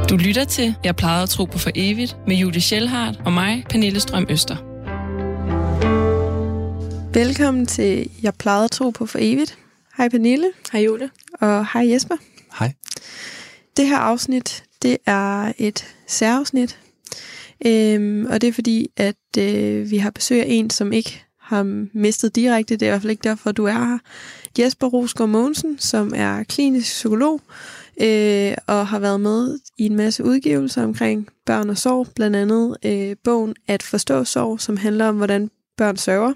Du lytter til Jeg plejede at tro på for evigt med Julie Schellhardt og mig, Pernille Strøm Øster. Velkommen til Jeg plejede at tro på for evigt. Hej Pernille. Hej Julie. Og hej Jesper. Hej. Det her afsnit, det er et særafsnit. Og det er fordi, at vi har besøg af en, som ikke har mistet direkte. Det er i hvert fald ikke derfor, du er her. Jesper Rosgaard Mogensen, som er klinisk psykolog, og har været med i en masse udgivelser omkring børn og sorg. Blandt andet bogen At forstå sorg, som handler om, hvordan børn sørger.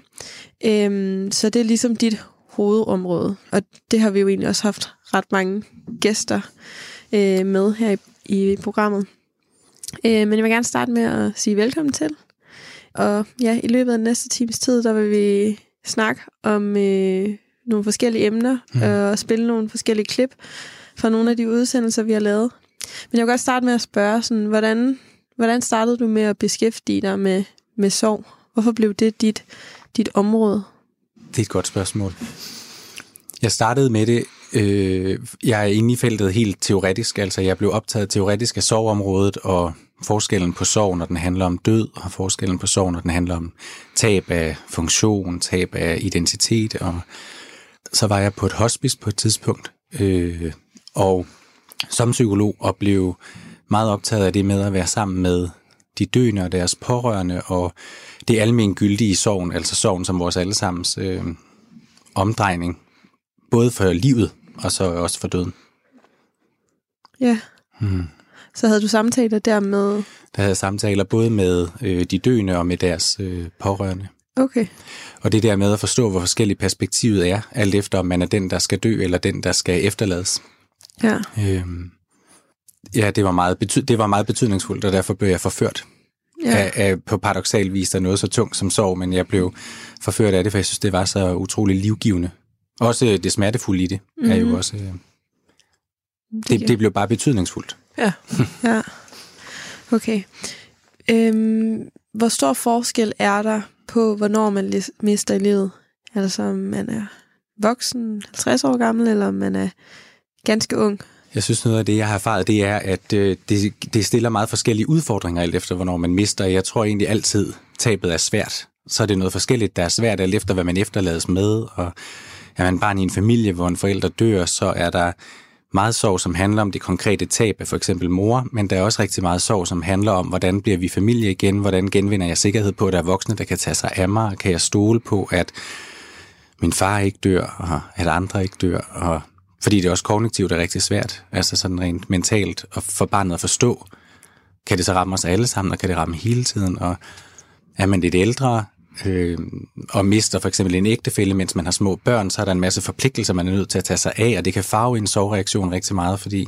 Så det er ligesom dit hovedområde. Og det har vi jo egentlig også haft ret mange gæster med her i programmet. Men jeg vil gerne starte med at sige velkommen til. Og ja, i løbet af den næste times tid, der vil vi snakke om nogle forskellige emner og spille nogle forskellige klip fra nogle af de udsendelser, vi har lavet. Men jeg vil godt starte med at spørge, sådan, hvordan startede du med at beskæftige dig med sorg? Hvorfor blev det dit område? Det er et godt spørgsmål. Jeg startede med det, jeg er inde i feltet helt teoretisk, altså jeg blev optaget teoretisk af sorgområdet og forskellen på sorg, når den handler om død, og forskellen på sorg, når den handler om tab af funktion, tab af identitet, og så var jeg på et hospice på et tidspunkt, og som psykolog og blev meget optaget af det med at være sammen med de døende og deres pårørende, og det almengyldige i sorgen, altså sorgen som vores allesammens omdrejning, både for livet og så også for døden. Ja. Så havde du samtaler der med? Der havde jeg samtaler både med de døende og med deres pårørende. Okay. Og det der med at forstå, hvor forskelligt perspektivet er, alt efter om man er den, der skal dø, eller den, der skal efterlades. Ja. Ja, det var meget betydningsfuldt, og derfor blev jeg forført. Ja. På paradoksal vis der noget så tungt som sorg, men jeg blev forført af det, for jeg synes, det var så utroligt livgivende. Også det smertefulde i det er jo også... Det blev bare betydningsfuldt. Ja, ja. Okay. Hvor stor forskel er der på, hvornår man mister livet? Altså om man er voksen, 50 år gammel, eller om man er ganske ung? Jeg synes noget af det, jeg har erfaret, det er, at det stiller meget forskellige udfordringer alt efter, hvornår man mister. Jeg tror egentlig altid, tabet er svært. Så er det noget forskelligt, der er svært alt efter, hvad man efterlades med. Og er man barn i en familie, hvor en forælder dør, så er der meget sorg, som handler om det konkrete tab af for eksempel mor, men der er også rigtig meget sorg, som handler om, hvordan bliver vi familie igen, hvordan genvinder jeg sikkerhed på, at der er voksne, der kan tage sig af mig, kan jeg stole på, at min far ikke dør, og at andre ikke dør, og fordi det også kognitivt er rigtig svært, altså sådan rent mentalt, og for barnet at forstå, kan det så ramme os alle sammen, og kan det ramme hele tiden, og er man lidt ældre, og mister for eksempel en ægtefælle, mens man har små børn, så er der en masse forpligtelser, man er nødt til at tage sig af, og det kan farve en sorgreaktion rigtig meget, fordi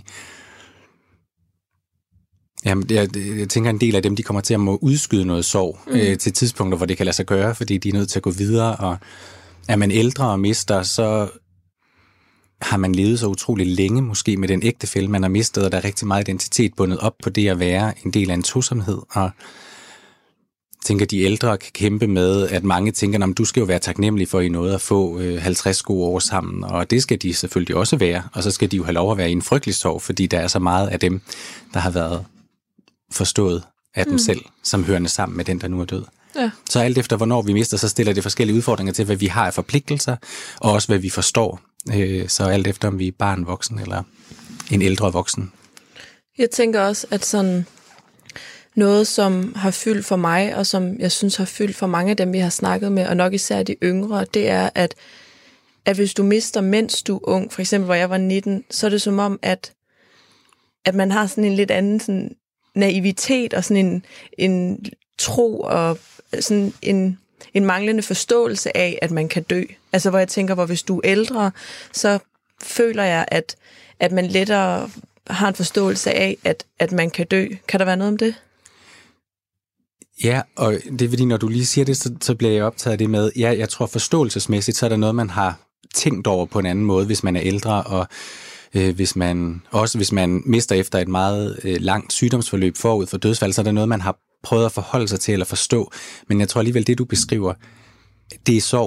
jeg tænker, en del af dem, de kommer til at må udskyde noget sorg til tidspunkter, hvor det kan lade sig gøre, fordi de er nødt til at gå videre, og er man ældre og mister, så har man levet så utrolig længe, måske med den ægtefælle, man har mistet, og der er rigtig meget identitet bundet op på det at være en del af en tosomhed, og tænker, de ældre kan kæmpe med, at mange tænker, at du skal jo være taknemmelig for i noget at få 50 gode år sammen, og det skal de selvfølgelig også være, og så skal de jo have lov at være i en frygtelig sorg, fordi der er så meget af dem, der har været forstået af dem selv, som hørende sammen med den, der nu er død. Ja. Så alt efter, hvornår vi mister, så stiller det forskellige udfordringer til, hvad vi har af forpligtelser, og også hvad vi forstår. Så alt efter, om vi er barn, voksen eller en ældre voksen. Jeg tænker også, at sådan noget, som har fyldt for mig, og som jeg synes har fyldt for mange af dem, vi har snakket med, og nok især de yngre, det er, at hvis du mister, mens du er ung, for eksempel, hvor jeg var 19, så er det som om, at man har sådan en lidt anden sådan naivitet, og sådan en tro, og sådan en manglende forståelse af, at man kan dø. Altså, hvor jeg tænker, hvor hvis du er ældre, så føler jeg, at man lettere har en forståelse af, at man kan dø. Kan der være noget om det? Ja, og det er fordi, når du lige siger det, så bliver jeg optaget af det med, ja, jeg tror forståelsesmæssigt, så er der noget, man har tænkt over på en anden måde, hvis man er ældre, og hvis man mister efter et meget langt sygdomsforløb forud for dødsfald, så er der noget, man har prøvet at forholde sig til eller forstå. Men jeg tror alligevel, det du beskriver, det er sorgen.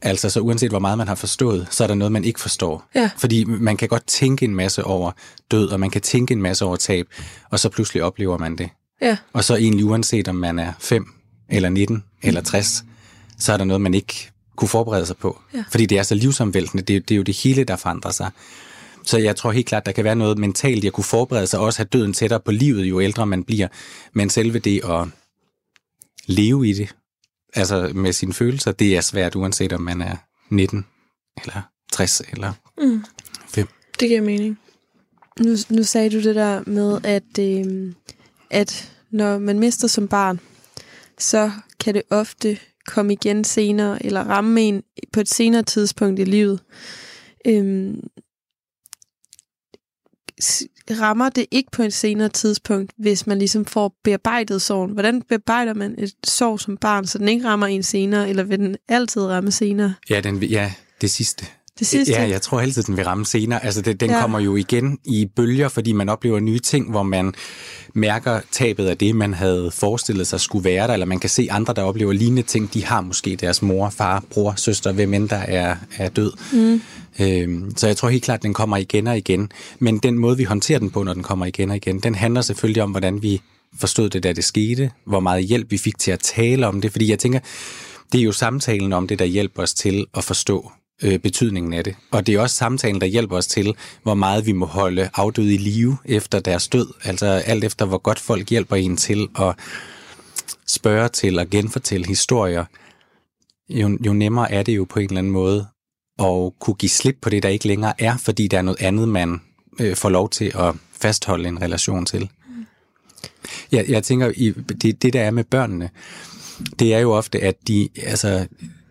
Altså, så uanset hvor meget man har forstået, så er der noget, man ikke forstår. Ja. Fordi man kan godt tænke en masse over død, og man kan tænke en masse over tab, og så pludselig oplever man det. Ja. Og så egentlig uanset om man er 5 eller 19 eller 60, så er der noget, man ikke kunne forberede sig på. Ja. Fordi det er så livsomvæltende, det er jo det hele, der forandrer sig. Så jeg tror helt klart, der kan være noget mentalt i at kunne forberede sig, også have døden tættere på livet, jo ældre man bliver. Men selve det at leve i det, altså med sine følelser, det er svært, uanset om man er 19 eller 60 eller 5. Det giver mening. Nu sagde du det der med, at når man mister som barn, så kan det ofte komme igen senere, eller ramme en på et senere tidspunkt i livet. Rammer det ikke på et senere tidspunkt, hvis man ligesom får bearbejdet sorgen? Hvordan bearbejder man et sorg som barn, så den ikke rammer en senere, eller vil den altid ramme senere? Ja, det sidste. Det sidste? Ja, jeg tror altid, den vil ramme senere. Altså, den kommer jo igen i bølger, fordi man oplever nye ting, hvor man mærker tabet af det, man havde forestillet sig skulle være der, eller man kan se andre, der oplever lignende ting. De har måske deres mor, far, bror, søster, hvem end der er død. Så jeg tror helt klart, at den kommer igen og igen. Men den måde, vi håndterer den på, når den kommer igen og igen, den handler selvfølgelig om, hvordan vi forstod det, da det skete, hvor meget hjælp vi fik til at tale om det. Fordi jeg tænker, det er jo samtalen om det, der hjælper os til at forstå betydningen af det. Og det er også samtalen, der hjælper os til, hvor meget vi må holde afdøde i live efter deres død. Altså alt efter, hvor godt folk hjælper en til at spørge til og genfortælle historier, jo nemmere er det jo på en eller anden måde at kunne give slip på det, der ikke længere er, fordi der er noget andet, man får lov til at fastholde en relation til. Jeg tænker, det der er med børnene, det er jo ofte, at de, altså...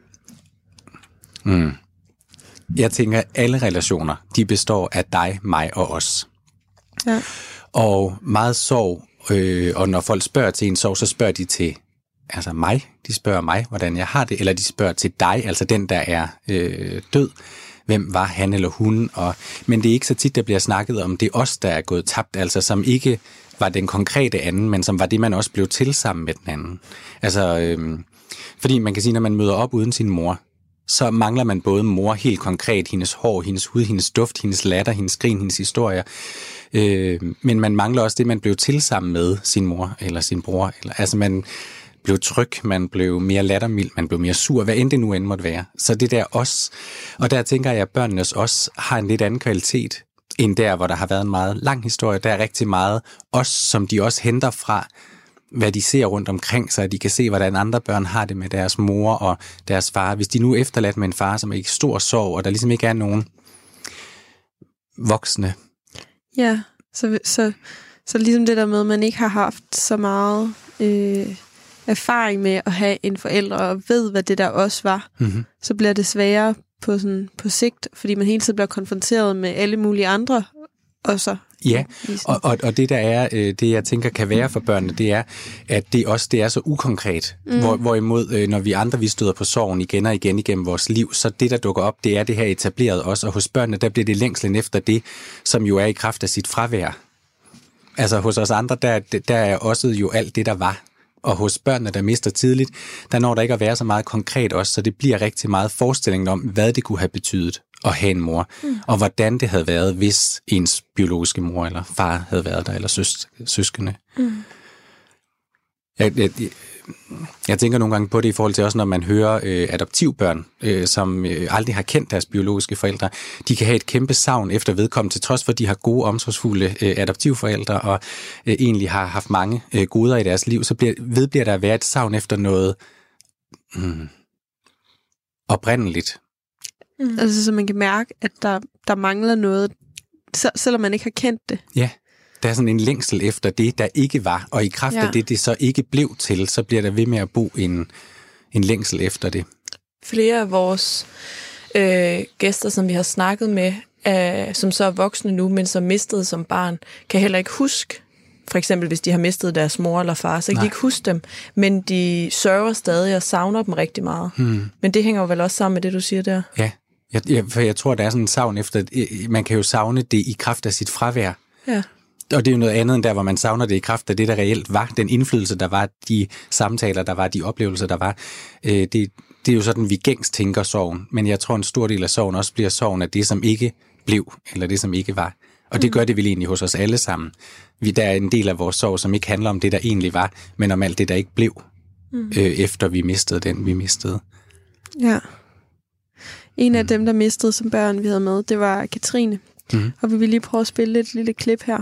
Jeg tænker, at alle relationer, de består af dig, mig og os. Ja. Og meget sorg, og når folk spørger til en sorg, så spørger de til mig. De spørger mig, hvordan jeg har det, eller de spørger til dig, altså den, der er død. Hvem var han eller hun? Men det er ikke så tit, der bliver snakket om, det er os, der er gået tabt, altså som ikke var den konkrete anden, men som var det, man også blev til sammen med den anden. Altså, fordi man kan sige, når man møder op uden sin mor, så mangler man både mor helt konkret, hendes hår, hendes hud, hendes duft, hendes latter, hendes grin, hendes historier. Men man mangler også det, man blev til sammen med sin mor eller sin bror. Altså man blev tryg, man blev mere lattermild, man blev mere sur, hvad end det nu end måtte være. Så det der os, og der tænker jeg, at børnenes os har en lidt anden kvalitet, end der, hvor der har været en meget lang historie. Der er rigtig meget os, som de også henter fra, hvad de ser rundt omkring sig, at de kan se, hvordan andre børn har det med deres mor og deres far. Hvis de nu er efterladt med en far, som er i stor sorg, og der ligesom ikke er nogen voksne. Ja, så ligesom det der med, at man ikke har haft så meget erfaring med at have en forælder, og ved, hvad det der også var, så bliver det sværere på sigt, fordi man hele tiden bliver konfronteret med alle mulige andre også. Ja, og det der er, det jeg tænker kan være for børnene, det er, at det er så ukonkret. Hvorimod, når vi støder på sorgen igen og igen igennem vores liv, så det, der dukker op, det er det her etableret også. Og hos børnene, der bliver det længslen efter det, som jo er i kraft af sit fravær. Altså hos os andre, der er også jo alt det, der var. Og hos børnene, der mister tidligt, der når der ikke at være så meget konkret også, så det bliver rigtig meget forestillingen om, hvad det kunne have betydet at have en mor, og hvordan det havde været, hvis ens biologiske mor eller far havde været der, eller søskende. Jeg tænker nogle gange på det i forhold til også, når man hører adoptivbørn, som aldrig har kendt deres biologiske forældre. De kan have et kæmpe savn efter vedkommende, til trods for, at de har gode, omsorgsfulde adoptivforældre, og egentlig har haft mange goder i deres liv, så bliver der at være et savn efter noget oprindeligt. Altså, så man kan mærke, at der mangler noget, selvom man ikke har kendt det. Ja. Der er sådan en længsel efter det, der ikke var, og i kraft af det så ikke blev til, så bliver der ved med at bo en længsel efter det. Flere af vores gæster, som vi har snakket med, som så er voksne nu, men som mistede som barn, kan heller ikke huske, for eksempel hvis de har mistet deres mor eller far, så kan de ikke huske dem, men de sørger stadig og savner dem rigtig meget. Men det hænger jo vel også sammen med det, du siger der? Ja, for jeg tror, der er sådan en savn efter, man kan jo savne det i kraft af sit fravær. Ja. Og det er jo noget andet end der, hvor man savner det i kraft af det, der reelt var. Den indflydelse, der var, de samtaler, der var, de oplevelser, der var. det er jo sådan, vi gængs tænker sorgen, men jeg tror, en stor del af sorgen også bliver sorgen af det, som ikke blev, eller det, som ikke var. Og det gør det vel egentlig hos os alle sammen. Der er en del af vores sorg, som ikke handler om det, der egentlig var, men om alt det, der ikke blev, efter vi mistede den, vi mistede. Ja. En af dem, der mistede som børn, vi havde med, det var Katrine. Og vi vil lige prøve at spille et lille klip her.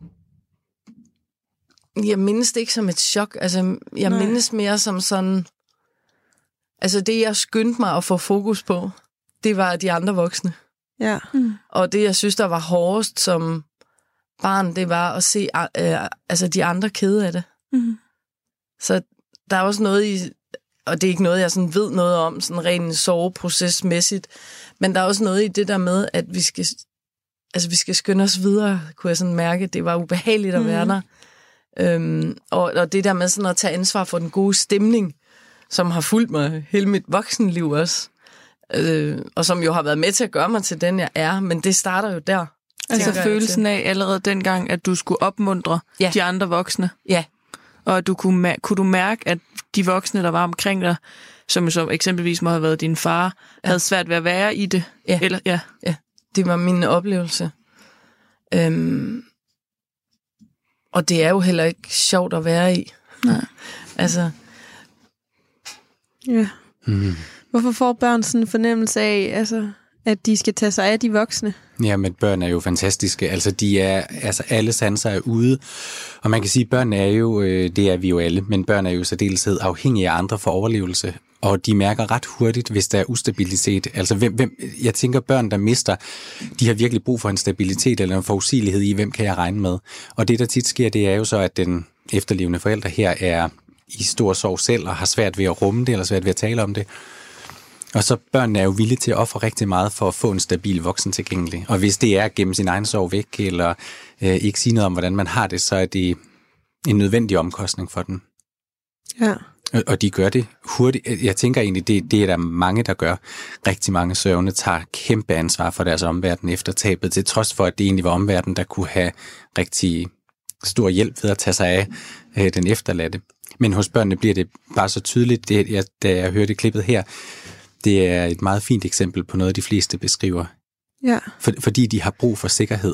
Jeg mindes det ikke som et chok. Altså, jeg mindes mere som sådan... Altså, det jeg skyndte mig at få fokus på, det var de andre voksne. Ja. Og det, jeg synes, der var hårdest som barn, det var at se de andre kede af det. Så der er også noget i... Og det er ikke noget, jeg sådan ved noget om, sådan rent soveprocesmæssigt. Men der er også noget i det der med, at vi skal skynde os videre, kunne jeg sådan mærke. Det var ubehageligt at være der. Og det der med sådan at tage ansvar for den gode stemning, som har fulgt mig hele mit voksenliv også. Og som jo har været med til at gøre mig til den, jeg er. Men det starter jo der. Altså følelsen af allerede dengang, at du skulle opmuntre de andre voksne. Ja. Og at kunne du mærke, at de voksne, der var omkring dig, som så eksempelvis må have været din far, havde svært ved at være i det? Ja. Eller, ja, det var min oplevelse. Og det er jo heller ikke sjovt at være i. Nej. Altså. Ja. Hvorfor får børn sådan en fornemmelse af, altså, at de skal tage sig af de voksne? Ja, men børn er jo fantastiske. Altså, alle sanser er ude. Og man kan sige, at børn er jo, det er vi jo alle, men børn er jo i særdeleshed afhængige af andre for overlevelse. Og de mærker ret hurtigt, hvis der er ustabilitet. Altså, jeg tænker, børn, der mister, de har virkelig brug for en stabilitet eller en forudsigelighed i, hvem kan jeg regne med. Og det, der tit sker, det er jo så, at den efterlevende forælder her er i stor sorg selv og har svært ved at rumme det, eller svært ved at tale om det. Og så børnene er jo villige til at ofre rigtig meget for at få en stabil voksen tilgængelig. Og hvis det er at gemme sin egen sorg væk, eller ikke sige noget om, hvordan man har det, så er det en nødvendig omkostning for den. Ja. Og de gør det hurtigt. Jeg tænker egentlig, det er der mange, der gør. Rigtig mange sørgende tager kæmpe ansvar for deres omverden efter tabet, til trods for, at det egentlig var omverden, der kunne have rigtig stor hjælp ved at tage sig af den efterladte. Men hos børnene bliver det bare så tydeligt, da jeg hørte klippet her. Det er et meget fint eksempel på noget, de fleste beskriver. Ja. Fordi de har brug for sikkerhed.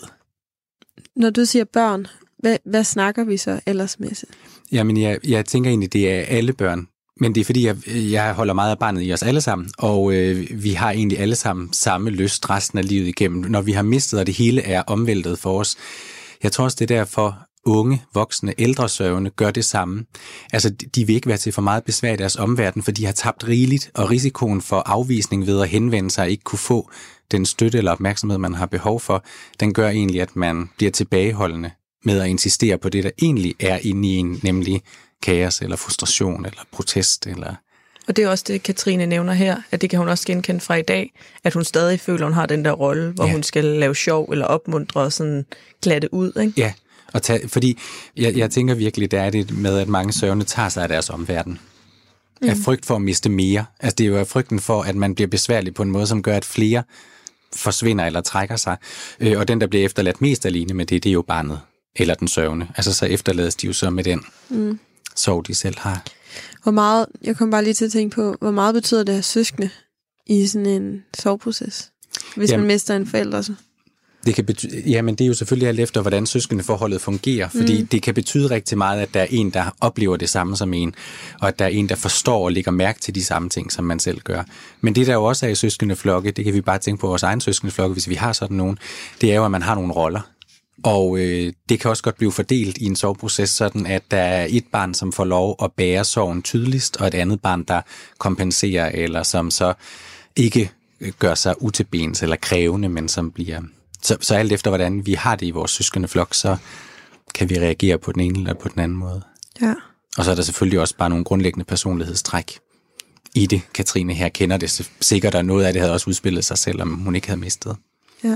Når du siger børn, hvad snakker vi så ellers med? Jamen, jeg tænker egentlig, det er alle børn. Men det er fordi, jeg holder meget af barnet i os alle sammen. Og vi har egentlig alle sammen samme lyst resten af livet igennem. Når vi har mistet, og det hele er omvæltet for os. Jeg tror også, det er derfor, unge, voksne, ældre sørgende gør det samme. Altså, de vil ikke være til for meget besvær i deres omverden, for de har tabt rigeligt, og risikoen for afvisning ved at henvende sig og ikke kunne få den støtte eller opmærksomhed, man har behov for, den gør egentlig, at man bliver tilbageholdende med at insistere på det, der egentlig er inde i en, nemlig kaos eller frustration eller protest. Eller... Og det er også det, Katrine nævner her, at det kan hun også genkende fra i dag, at hun stadig føler, at hun har den der rolle, hvor hun skal lave sjov eller opmuntre og sådan glatte ud, ikke? Ja. Fordi jeg tænker virkelig, der er det med, at mange sørgende tager sig af deres omverden. Af frygt for at miste mere. Altså det er jo af frygten for, at man bliver besværlig på en måde, som gør, at flere forsvinder eller trækker sig. Og den, der bliver efterladt mest alene med det er jo barnet eller den sørgende. Altså så efterlades de jo så med den sorg, de selv har. Hvor meget, jeg kom bare lige til at tænke på, hvor meget betyder det at have søskende i sådan en sorgproces, hvis man mister en forælder så? Det kan jamen det er jo selvfølgelig alt efter, hvordan søskendeforholdet fungerer, fordi det kan betyde rigtig meget, at der er en, der oplever det samme som en, og at der er en, der forstår og lægger mærke til de samme ting, som man selv gør. Men det der jo også er i søskendeflokke, det kan vi bare tænke på vores egen søskendeflokke, hvis vi har sådan nogen, det er jo, at man har nogle roller. Og det kan også godt blive fordelt i en sorgproces, sådan at der er et barn, som får lov at bære sorgen tydeligst, og et andet barn, der kompenserer, eller som så ikke gør sig utilbens eller krævende, men som bliver... Så alt efter, hvordan vi har det i vores søskendeflok, så kan vi reagere på den ene eller på den anden måde. Ja. Og så er der selvfølgelig også bare nogle grundlæggende personlighedstræk i det. Katrine her kender det sikkert, og noget af det havde også udspillet sig, selvom hun ikke havde mistet. Ja.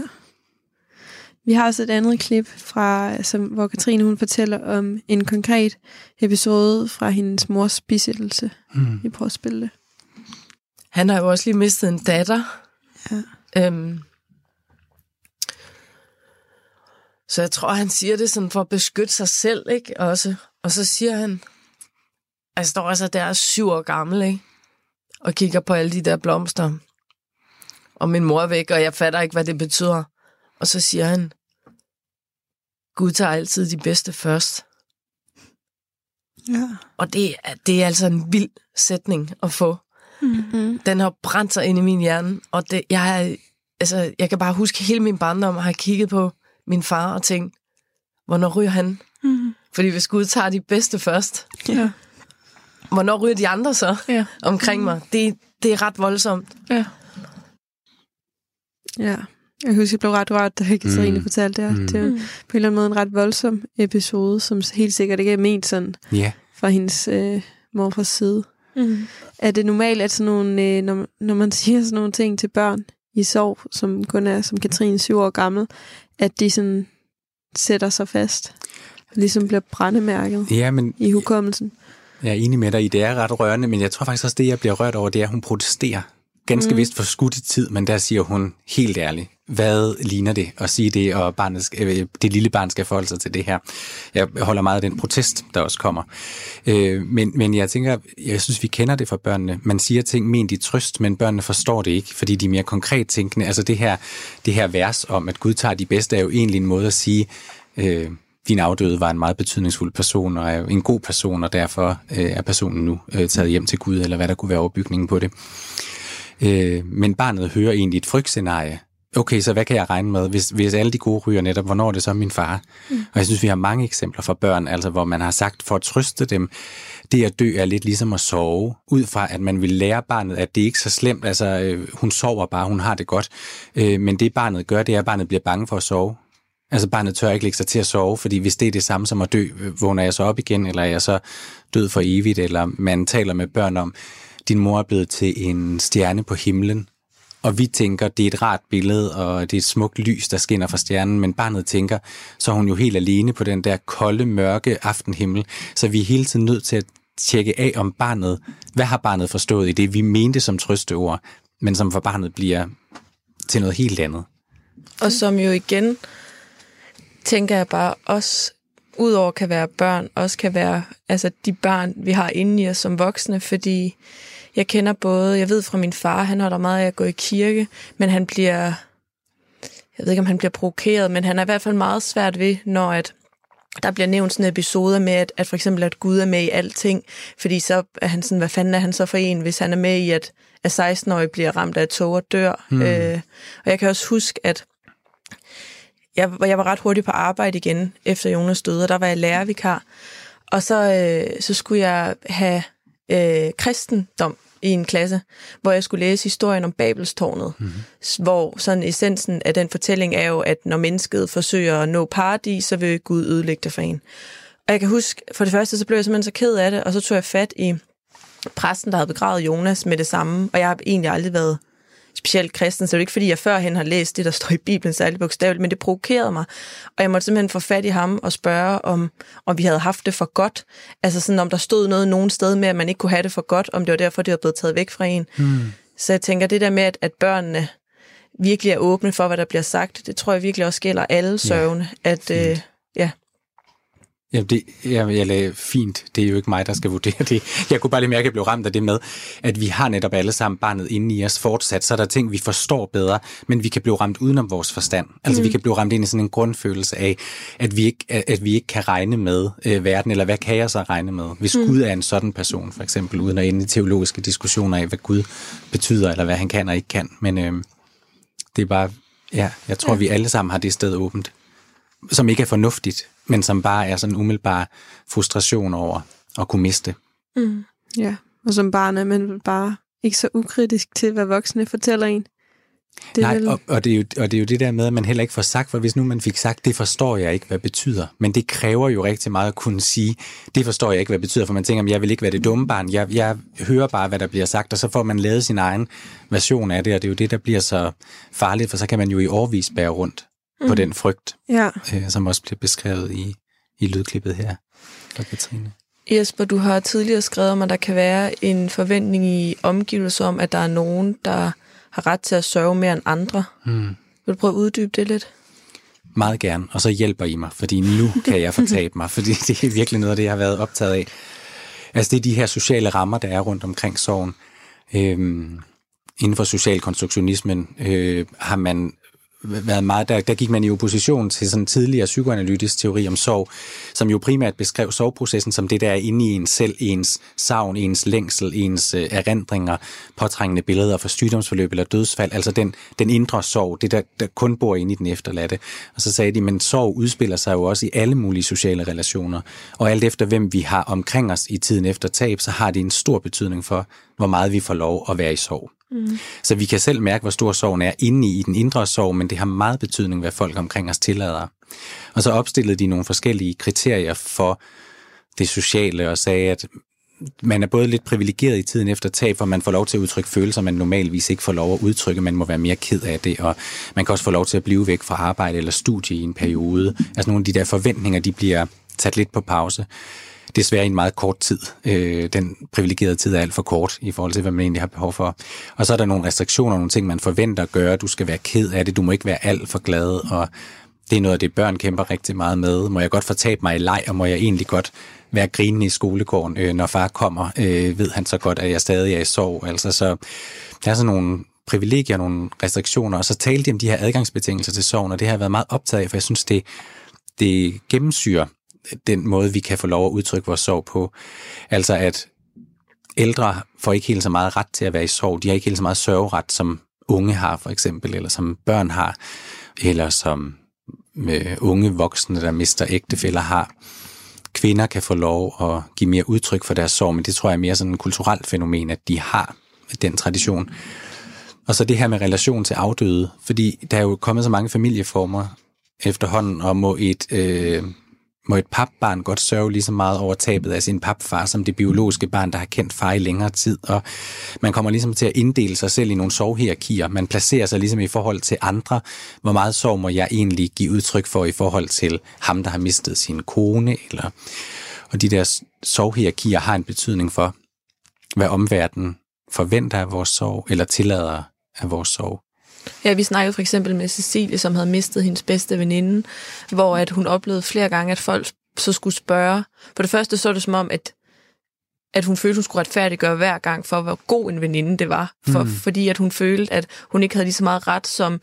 Vi har også et andet klip, hvor Katrine hun fortæller om en konkret episode fra hendes mors bisættelse. Vi prøver at spille det. Han har jo også lige mistet en datter. Ja. Så jeg tror, han siger det sådan for at beskytte sig selv, ikke? Også. Og så siger han, jeg står altså der er 7 år gammel, ikke? og kigger på alle de der blomster. Og min mor er væk, og jeg fatter ikke, hvad det betyder. Og så siger han, Gud tager altid de bedste først. Ja. Og det er altså en vild sætning at få. Mm-hmm. Den har brændt sig ind i min hjerne, og jeg kan bare huske hele min barndom og have kigget på min far og tænkt, hvornår ryger han? Mm-hmm. Fordi hvis Gud tager de bedste først, hvornår ryger de andre så omkring mig? Det er ret voldsomt. Ja. Ja. Jeg husker, jeg blev ret rørt, da Katrine fortalte det. Det var på en eller anden måde en ret voldsom episode, som helt sikkert ikke er ment sådan fra hendes morfars side. Mm. Er det normalt, at sådan nogle, når man siger sådan nogle ting til børn i sorg, som kun er som Katrine 7 år gammel, at de sådan sætter sig fast, ligesom bliver brændemærket i hukommelsen? Jeg er enig med dig i, det er ret rørende, men jeg tror faktisk også, det jeg bliver rørt over, det er, at hun protesterer. Ganske vist for skudt i tid, men der siger hun helt ærligt, hvad ligner det at sige det, og det lille barn skal forholde sig til det her. Jeg holder meget af den protest, der også kommer. Men jeg tænker, jeg synes, vi kender det fra børnene. Man siger ting ment i trøst, men børnene forstår det ikke, fordi de er mere konkret tænkende. Altså det her vers om, at Gud tager de bedste, er jo egentlig en måde at sige, din afdøde var en meget betydningsfuld person, og er en god person, og derfor er personen nu taget hjem til Gud, eller hvad der kunne være overbygningen på det. Men barnet hører egentlig et frygtscenarie. Okay, så hvad kan jeg regne med, hvis alle de gode ryger netop, hvornår er det så min far? Og jeg synes, vi har mange eksempler fra børn, altså hvor man har sagt, for at trøste dem, det at dø er lidt ligesom at sove, ud fra at man vil lære barnet, at det ikke er så slemt, altså hun sover bare, hun har det godt, men det barnet gør, det er, at barnet bliver bange for at sove. Altså barnet tør ikke lægge sig til at sove, fordi hvis det er det samme som at dø, vågner jeg så op igen, eller er jeg så død for evigt, eller man taler med børn om, din mor er blevet til en stjerne på himlen, og vi tænker, det er et rart billede, og det er et smukt lys, der skinner fra stjernen, men barnet tænker, så er hun jo helt alene på den der kolde, mørke aftenhimmel, så vi er hele tiden nødt til at tjekke af om barnet, hvad har barnet forstået i det, vi mente som trøsteord, men som for barnet bliver til noget helt andet. Og som jo igen, tænker jeg bare også, udover kan være børn, også kan være altså de børn, vi har inde i os som voksne, fordi jeg kender både, jeg ved fra min far, han holder meget af at gå i kirke, men han bliver, jeg ved ikke om han bliver provokeret, men han er i hvert fald meget svært ved, når at der bliver nævnt sådan episoder med, at for eksempel at Gud er med i alting, fordi så er han sådan, hvad fanden er han så for en, hvis han er med i, at 16-årige bliver ramt af et tog og dør. Og jeg kan også huske, at jeg var ret hurtigt på arbejde igen, efter Jonas døde, og der var jeg lærervikar. Og så skulle jeg have kristendom i en klasse, hvor jeg skulle læse historien om Babelstårnet, hvor sådan essensen af den fortælling er jo, at når mennesket forsøger at nå paradis, så vil Gud ødelægge det for en. Og jeg kan huske, for det første, så blev jeg simpelthen så ked af det, og så tog jeg fat i præsten, der havde begravet Jonas med det samme, og jeg har egentlig aldrig været specielt kristen, så det er ikke, fordi jeg førhen har læst det, der står i Bibelen særligt bogstaveligt, men det provokerede mig. Og jeg måtte simpelthen få fat i ham og spørge, om vi havde haft det for godt. Altså sådan, om der stod noget nogen sted med, at man ikke kunne have det for godt, om det var derfor, det var blevet taget væk fra en. Så jeg tænker, det der med, at børnene virkelig er åbne for, hvad der bliver sagt, det tror jeg virkelig også gælder alle sørgende. Jeg lagde fint. Det er jo ikke mig, der skal vurdere det. Jeg kunne bare lige mærke, at jeg blev ramt af det med, at vi har netop alle sammen barnet inde i os fortsat, så er der ting, vi forstår bedre, men vi kan blive ramt udenom vores forstand. Altså vi kan blive ramt ind i sådan en grundfølelse af, at vi ikke kan regne med verden, eller hvad kan jeg så regne med? Hvis Gud er en sådan person, for eksempel, uden at ende i teologiske diskussioner af, hvad Gud betyder, eller hvad han kan og ikke kan. Men det er bare, jeg tror, vi alle sammen har det sted åbent, som ikke er fornuftigt, men som bare er sådan en umiddelbar frustration over at kunne miste. Ja, og som barn er man bare ikke så ukritisk til, hvad voksne fortæller en. Og det er jo det der med, at man heller ikke får sagt, for hvis nu man fik sagt, det forstår jeg ikke, hvad betyder. Men det kræver jo rigtig meget at kunne sige, det forstår jeg ikke, hvad betyder, for man tænker, jeg vil ikke være det dumme barn, jeg hører bare, hvad der bliver sagt, og så får man lavet sin egen version af det, og det er jo det, der bliver så farligt, for så kan man jo i årevis bære rundt på den frygt, som også bliver beskrevet i lydklippet her fra Katrine. Jesper, du har tidligere skrevet om, at der kan være en forventning i omgivelser om, at der er nogen, der har ret til at sørge mere end andre. Vil du prøve at uddybe det lidt? Meget gerne, og så hjælper I mig, fordi nu kan jeg fortabe mig, fordi det er virkelig noget af det, jeg har været optaget af. Altså det er de her sociale rammer, der er rundt omkring sorgen. Inden for socialkonstruktionismen har man været meget, der gik man i opposition til sådan en tidligere psykoanalytisk teori om sorg, som jo primært beskrev sorgprocessen som det, der er inde i ens selv, ens savn, ens længsel, ens erindringer, påtrængende billeder for sygdomsforløb eller dødsfald, altså den indre sorg, det der kun bor inde i den efterladte. Og så sagde de, men sorg udspiller sig jo også i alle mulige sociale relationer, og alt efter hvem vi har omkring os i tiden efter tab, så har det en stor betydning for, hvor meget vi får lov at være i sorg. Så vi kan selv mærke, hvor stor sorgen er inde i den indre sorg, men det har meget betydning, hvad folk omkring os tillader. Og så opstillede de nogle forskellige kriterier for det sociale og sagde, at man er både lidt privilegeret i tiden efter tab, for man får lov til at udtrykke følelser, man normalvis ikke får lov at udtrykke. Man må være mere ked af det, og man kan også få lov til at blive væk fra arbejde eller studie i en periode. Altså nogle af de der forventninger, de bliver sat lidt på pause. Desværre i en meget kort tid. Den privilegerede tid er alt for kort i forhold til, hvad man egentlig har behov for. Og så er der nogle restriktioner, nogle ting, man forventer at gøre. Du skal være ked af det, du må ikke være alt for glad, og det er noget af det, børn kæmper rigtig meget med. Må jeg godt fortabe mig i leg, og må jeg egentlig godt være grinende i skolegården, når far kommer? Ved han så godt, at jeg stadig er i sorg? Altså, så der er sådan nogle privilegier, nogle restriktioner, og så talte de om de her adgangsbetingelser til sorgen, og det har jeg været meget optaget af, for jeg synes, det gennemsyrer den måde, vi kan få lov at udtrykke vores sorg på. Altså at ældre får ikke helt så meget ret til at være i sorg. De har ikke helt så meget sørgeret, som unge har for eksempel, eller som børn har, eller som unge voksne, der mister ægtefæller har. Kvinder kan få lov at give mere udtryk for deres sorg, men det tror jeg er mere sådan et kulturelt fænomen, at de har den tradition. Og så det her med relation til afdøde, fordi der er jo kommet så mange familieformer efterhånden, og må et papbarn godt sørge lige så meget over tabet af sin papfar, som det biologiske barn, der har kendt far i længere tid. Og man kommer ligesom til at inddele sig selv i nogle sorghierarkier. Man placerer sig ligesom i forhold til andre. Hvor meget sorg må jeg egentlig give udtryk for i forhold til ham, der har mistet sin kone? Og de der sorghierarkier har en betydning for, hvad omverdenen forventer af vores sorg, eller tillader af vores sorg. Ja, vi snakkede for eksempel med Cecilie, som havde mistet hendes bedste veninde, hvor at hun oplevede flere gange, at folk så skulle spørge. For det første så det som om, at hun følte, hun skulle retfærdiggøre hver gang for, hvor god en veninde det var. Fordi at hun følte, at hun ikke havde lige så meget ret som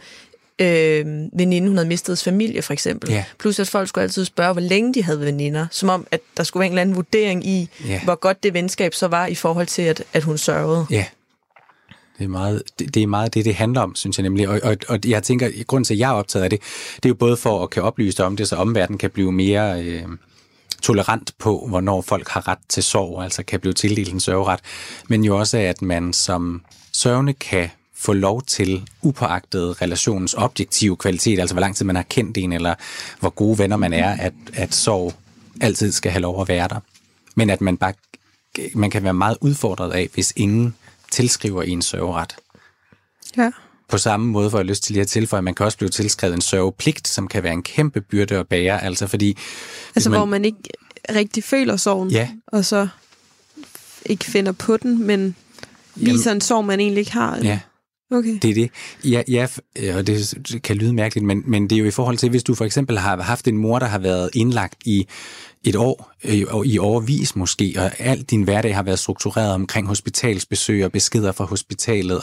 veninde, hun havde mistet familie for eksempel. Yeah. Plus at folk skulle altid spørge, hvor længe de havde veninder. Som om, at der skulle være en eller anden vurdering i, hvor godt det venskab så var i forhold til, at hun sørgede. Ja. Det er meget det handler om, synes jeg nemlig. Og jeg tænker, grunden til, at jeg er optaget af det, det er jo både for at kan oplyse om det, så omverdenen kan blive mere tolerant på, hvornår folk har ret til sorg, altså kan blive tildelt en sørgeret, men jo også, at man som sørgende kan få lov til upåagtet relationens objektive kvalitet, altså hvor lang tid man har kendt en, eller hvor gode venner man er, at sorg altid skal have lov at være der. Men at man kan være meget udfordret af, hvis ingen tilskriver en sørgeret. Ja. På samme måde får jeg lyst til lige at tilføje, at man kan også blive tilskrevet en sørgepligt, som kan være en kæmpe byrde at bære, altså fordi... Altså hvor man ikke rigtig føler sorgen, og så ikke finder på den, men viser en sorg, man egentlig ikke har. Eller? Ja, okay. Det er det. Ja, og det kan lyde mærkeligt, men det er jo i forhold til, hvis du for eksempel har haft en mor, der har været indlagt i et år, i overvis måske, og al din hverdag har været struktureret omkring hospitalsbesøg og beskeder fra hospitalet,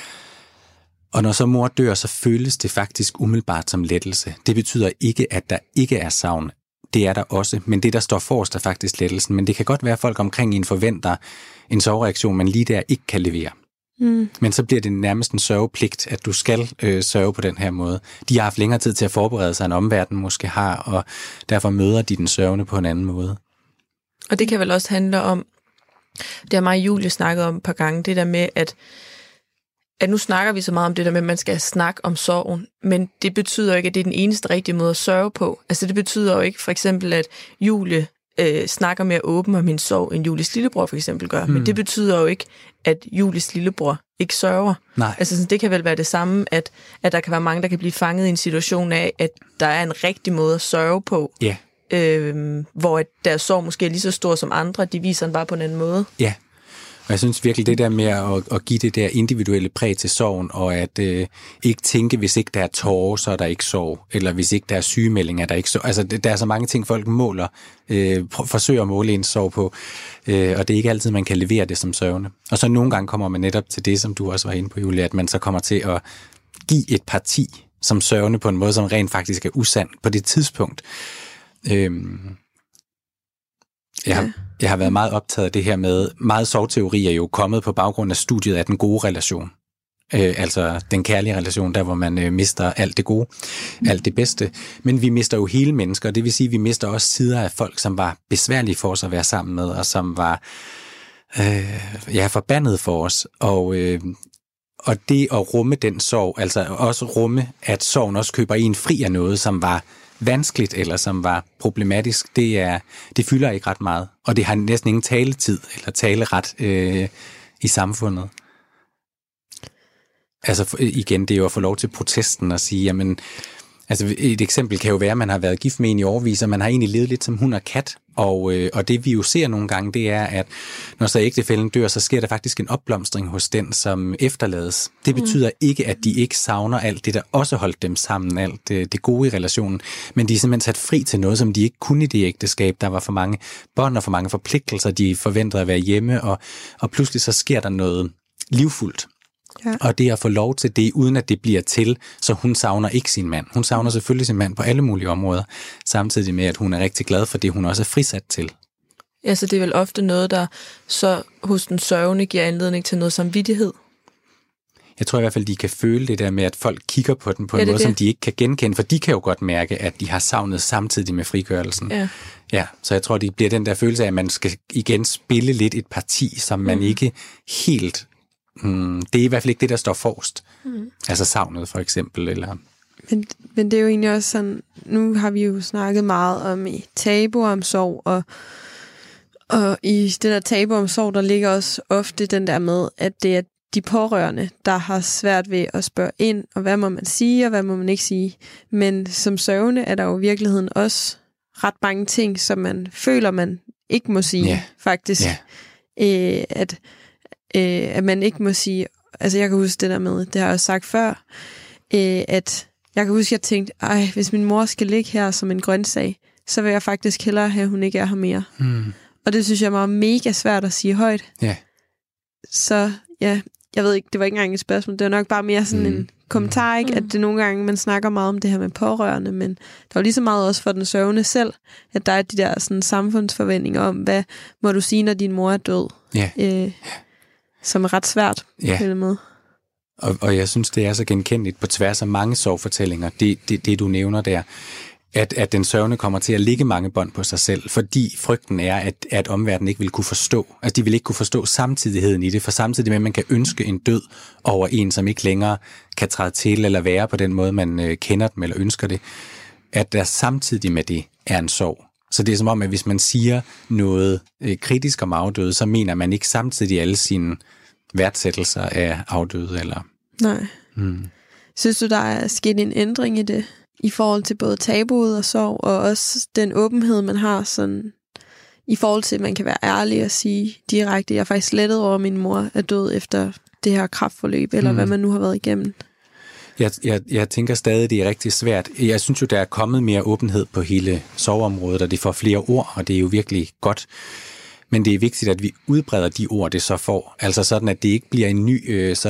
og når så mor dør, så føles det faktisk umiddelbart som lettelse. Det betyder ikke, at der ikke er savn. Det er der også, men det, der står forrest, er faktisk lettelsen. Men det kan godt være, at folk omkring en forventer en sorgreaktion, man lige der ikke kan levere. Men så bliver det nærmest en sørgepligt, at du skal sørge på den her måde. De har haft længere tid til at forberede sig, end omverdenen måske har, og derfor møder de den sørgende på en anden måde. Og det kan vel også handle om, det har mig og Julie snakket om et par gange, det der med, at nu snakker vi så meget om det der med, at man skal snakke om sorgen, men det betyder ikke, at det er den eneste rigtige måde at sørge på. Altså det betyder jo ikke for eksempel, at Julie snakker mere åben om min sorg, end Julies lillebror for eksempel gør. Men det betyder jo ikke, at Julies lillebror ikke sørger. Nej. Altså det kan vel være det samme, at der kan være mange, der kan blive fanget i en situation af, at der er en rigtig måde at sørge på. Ja. Hvor deres sorg måske er lige så stor som andre, de viser den bare på en anden måde. Ja, Og jeg synes virkelig, det der med at give det der individuelle præg til sorgen, og at ikke tænke, hvis ikke der er tårer, så er der ikke sorg, eller hvis ikke der er sygemelding, er der ikke sorg. Altså, der er så mange ting, folk måler, forsøger at måle en sorg på, og det er ikke altid, man kan levere det som sørgende. Og så nogle gange kommer man netop til det, som du også var inde på, Julie, at man så kommer til at give et parti som sørgende på en måde, som rent faktisk er usand på det tidspunkt. Jeg har været meget optaget af det her med, meget sorgteori er jo kommet på baggrund af studiet af den gode relation. Altså den kærlige relation, der hvor man mister alt det gode, alt det bedste. Men vi mister jo hele mennesker, og det vil sige, at vi mister også sider af folk, som var besværlige for os at være sammen med, og som var forbandet for os. Og det at rumme den sorg, altså også rumme, at sorgen også køber en fri af noget, som var vanskeligt eller som var problematisk, det fylder ikke ret meget. Og det har næsten ingen taletid eller taleret i samfundet. Altså igen, det er jo at få lov til protesten og sige, jamen, altså et eksempel kan jo være, at man har været gift med en i årevis, og man har egentlig levet lidt som hund og kat, og det vi jo ser nogle gange, det er, at når så ægtefællen dør, så sker der faktisk en opblomstring hos den, som efterlades. Det betyder ikke, at de ikke savner alt det, der også holdt dem sammen, alt det gode i relationen, men de er simpelthen sat fri til noget, som de ikke kunne i det ægteskab. Der var for mange bånd og for mange forpligtelser, de forventede at være hjemme, og pludselig så sker der noget livfuldt. Ja. Og det at få lov til det, uden at det bliver til, så hun savner ikke sin mand. Hun savner selvfølgelig sin mand på alle mulige områder, samtidig med, at hun er rigtig glad for det, hun også er frisat til. Ja, så det er vel ofte noget, der så hos den sørgende giver anledning til noget samvittighed. Jeg tror i hvert fald, de kan føle det der med, at folk kigger på den på en måde, som de ikke kan genkende, for de kan jo godt mærke, at de har savnet samtidig med frigørelsen. Ja, så jeg tror, det bliver den der følelse af, at man skal igen spille lidt et parti, som man ikke helt... det er i hvert fald ikke det, der står forrest. Altså savnet for eksempel. Eller... Men det er jo egentlig også sådan, nu har vi jo snakket meget om tabu om sorg, og i det der tabu om sorg, der ligger også ofte den der med, at det er de pårørende, der har svært ved at spørge ind, og hvad må man sige, og hvad må man ikke sige. Men som sørgende er der jo i virkeligheden også ret mange ting, som man føler, man ikke må sige, faktisk. At man ikke må sige, altså jeg kan huske det der med, det har jeg også sagt før, at jeg kan huske, at jeg tænkte, hvis min mor skal ligge her som en grøntsag, så vil jeg faktisk hellere have, at hun ikke er her mere. Og det synes jeg var mega svært at sige højt. Så ja, jeg ved ikke, det var ikke engang et spørgsmål, det var nok bare mere sådan en kommentar, ikke? At det nogle gange, man snakker meget om det her med pårørende, men der var lige så meget også for den sørgende selv, at der er de der sådan samfundsforventninger om, hvad må du sige, når din mor er død? Som er ret svært på en måde. Og jeg synes, det er så genkendeligt på tværs af mange sorgfortællinger, det du nævner der, at den sørgende kommer til at lægge mange bånd på sig selv, fordi frygten er, at omverdenen ikke vil kunne forstå. Altså, de vil ikke kunne forstå samtidigheden i det, for samtidig med, at man kan ønske en død over en, som ikke længere kan træde til eller være på den måde, man kender dem eller ønsker det, at der samtidig med det er en sorg. Så det er som om, at hvis man siger noget kritisk om afdøde, så mener man ikke samtidig alle sine værdsættelser af afdøde. Eller... Nej. Synes du, der er sket en ændring i det, i forhold til både tabuet og sorg, og også den åbenhed, man har, sådan, i forhold til, at man kan være ærlig og sige direkte, jeg er faktisk lettet over, at min mor er død efter det her kræftforløb, eller hvad man nu har været igennem? Jeg tænker stadig, det er rigtig svært. Jeg synes jo, der er kommet mere åbenhed på hele sorgområdet, og det får flere ord, og det er jo virkelig godt. Men det er vigtigt, at vi udbreder de ord, det så får. Altså sådan, at det ikke bliver en ny,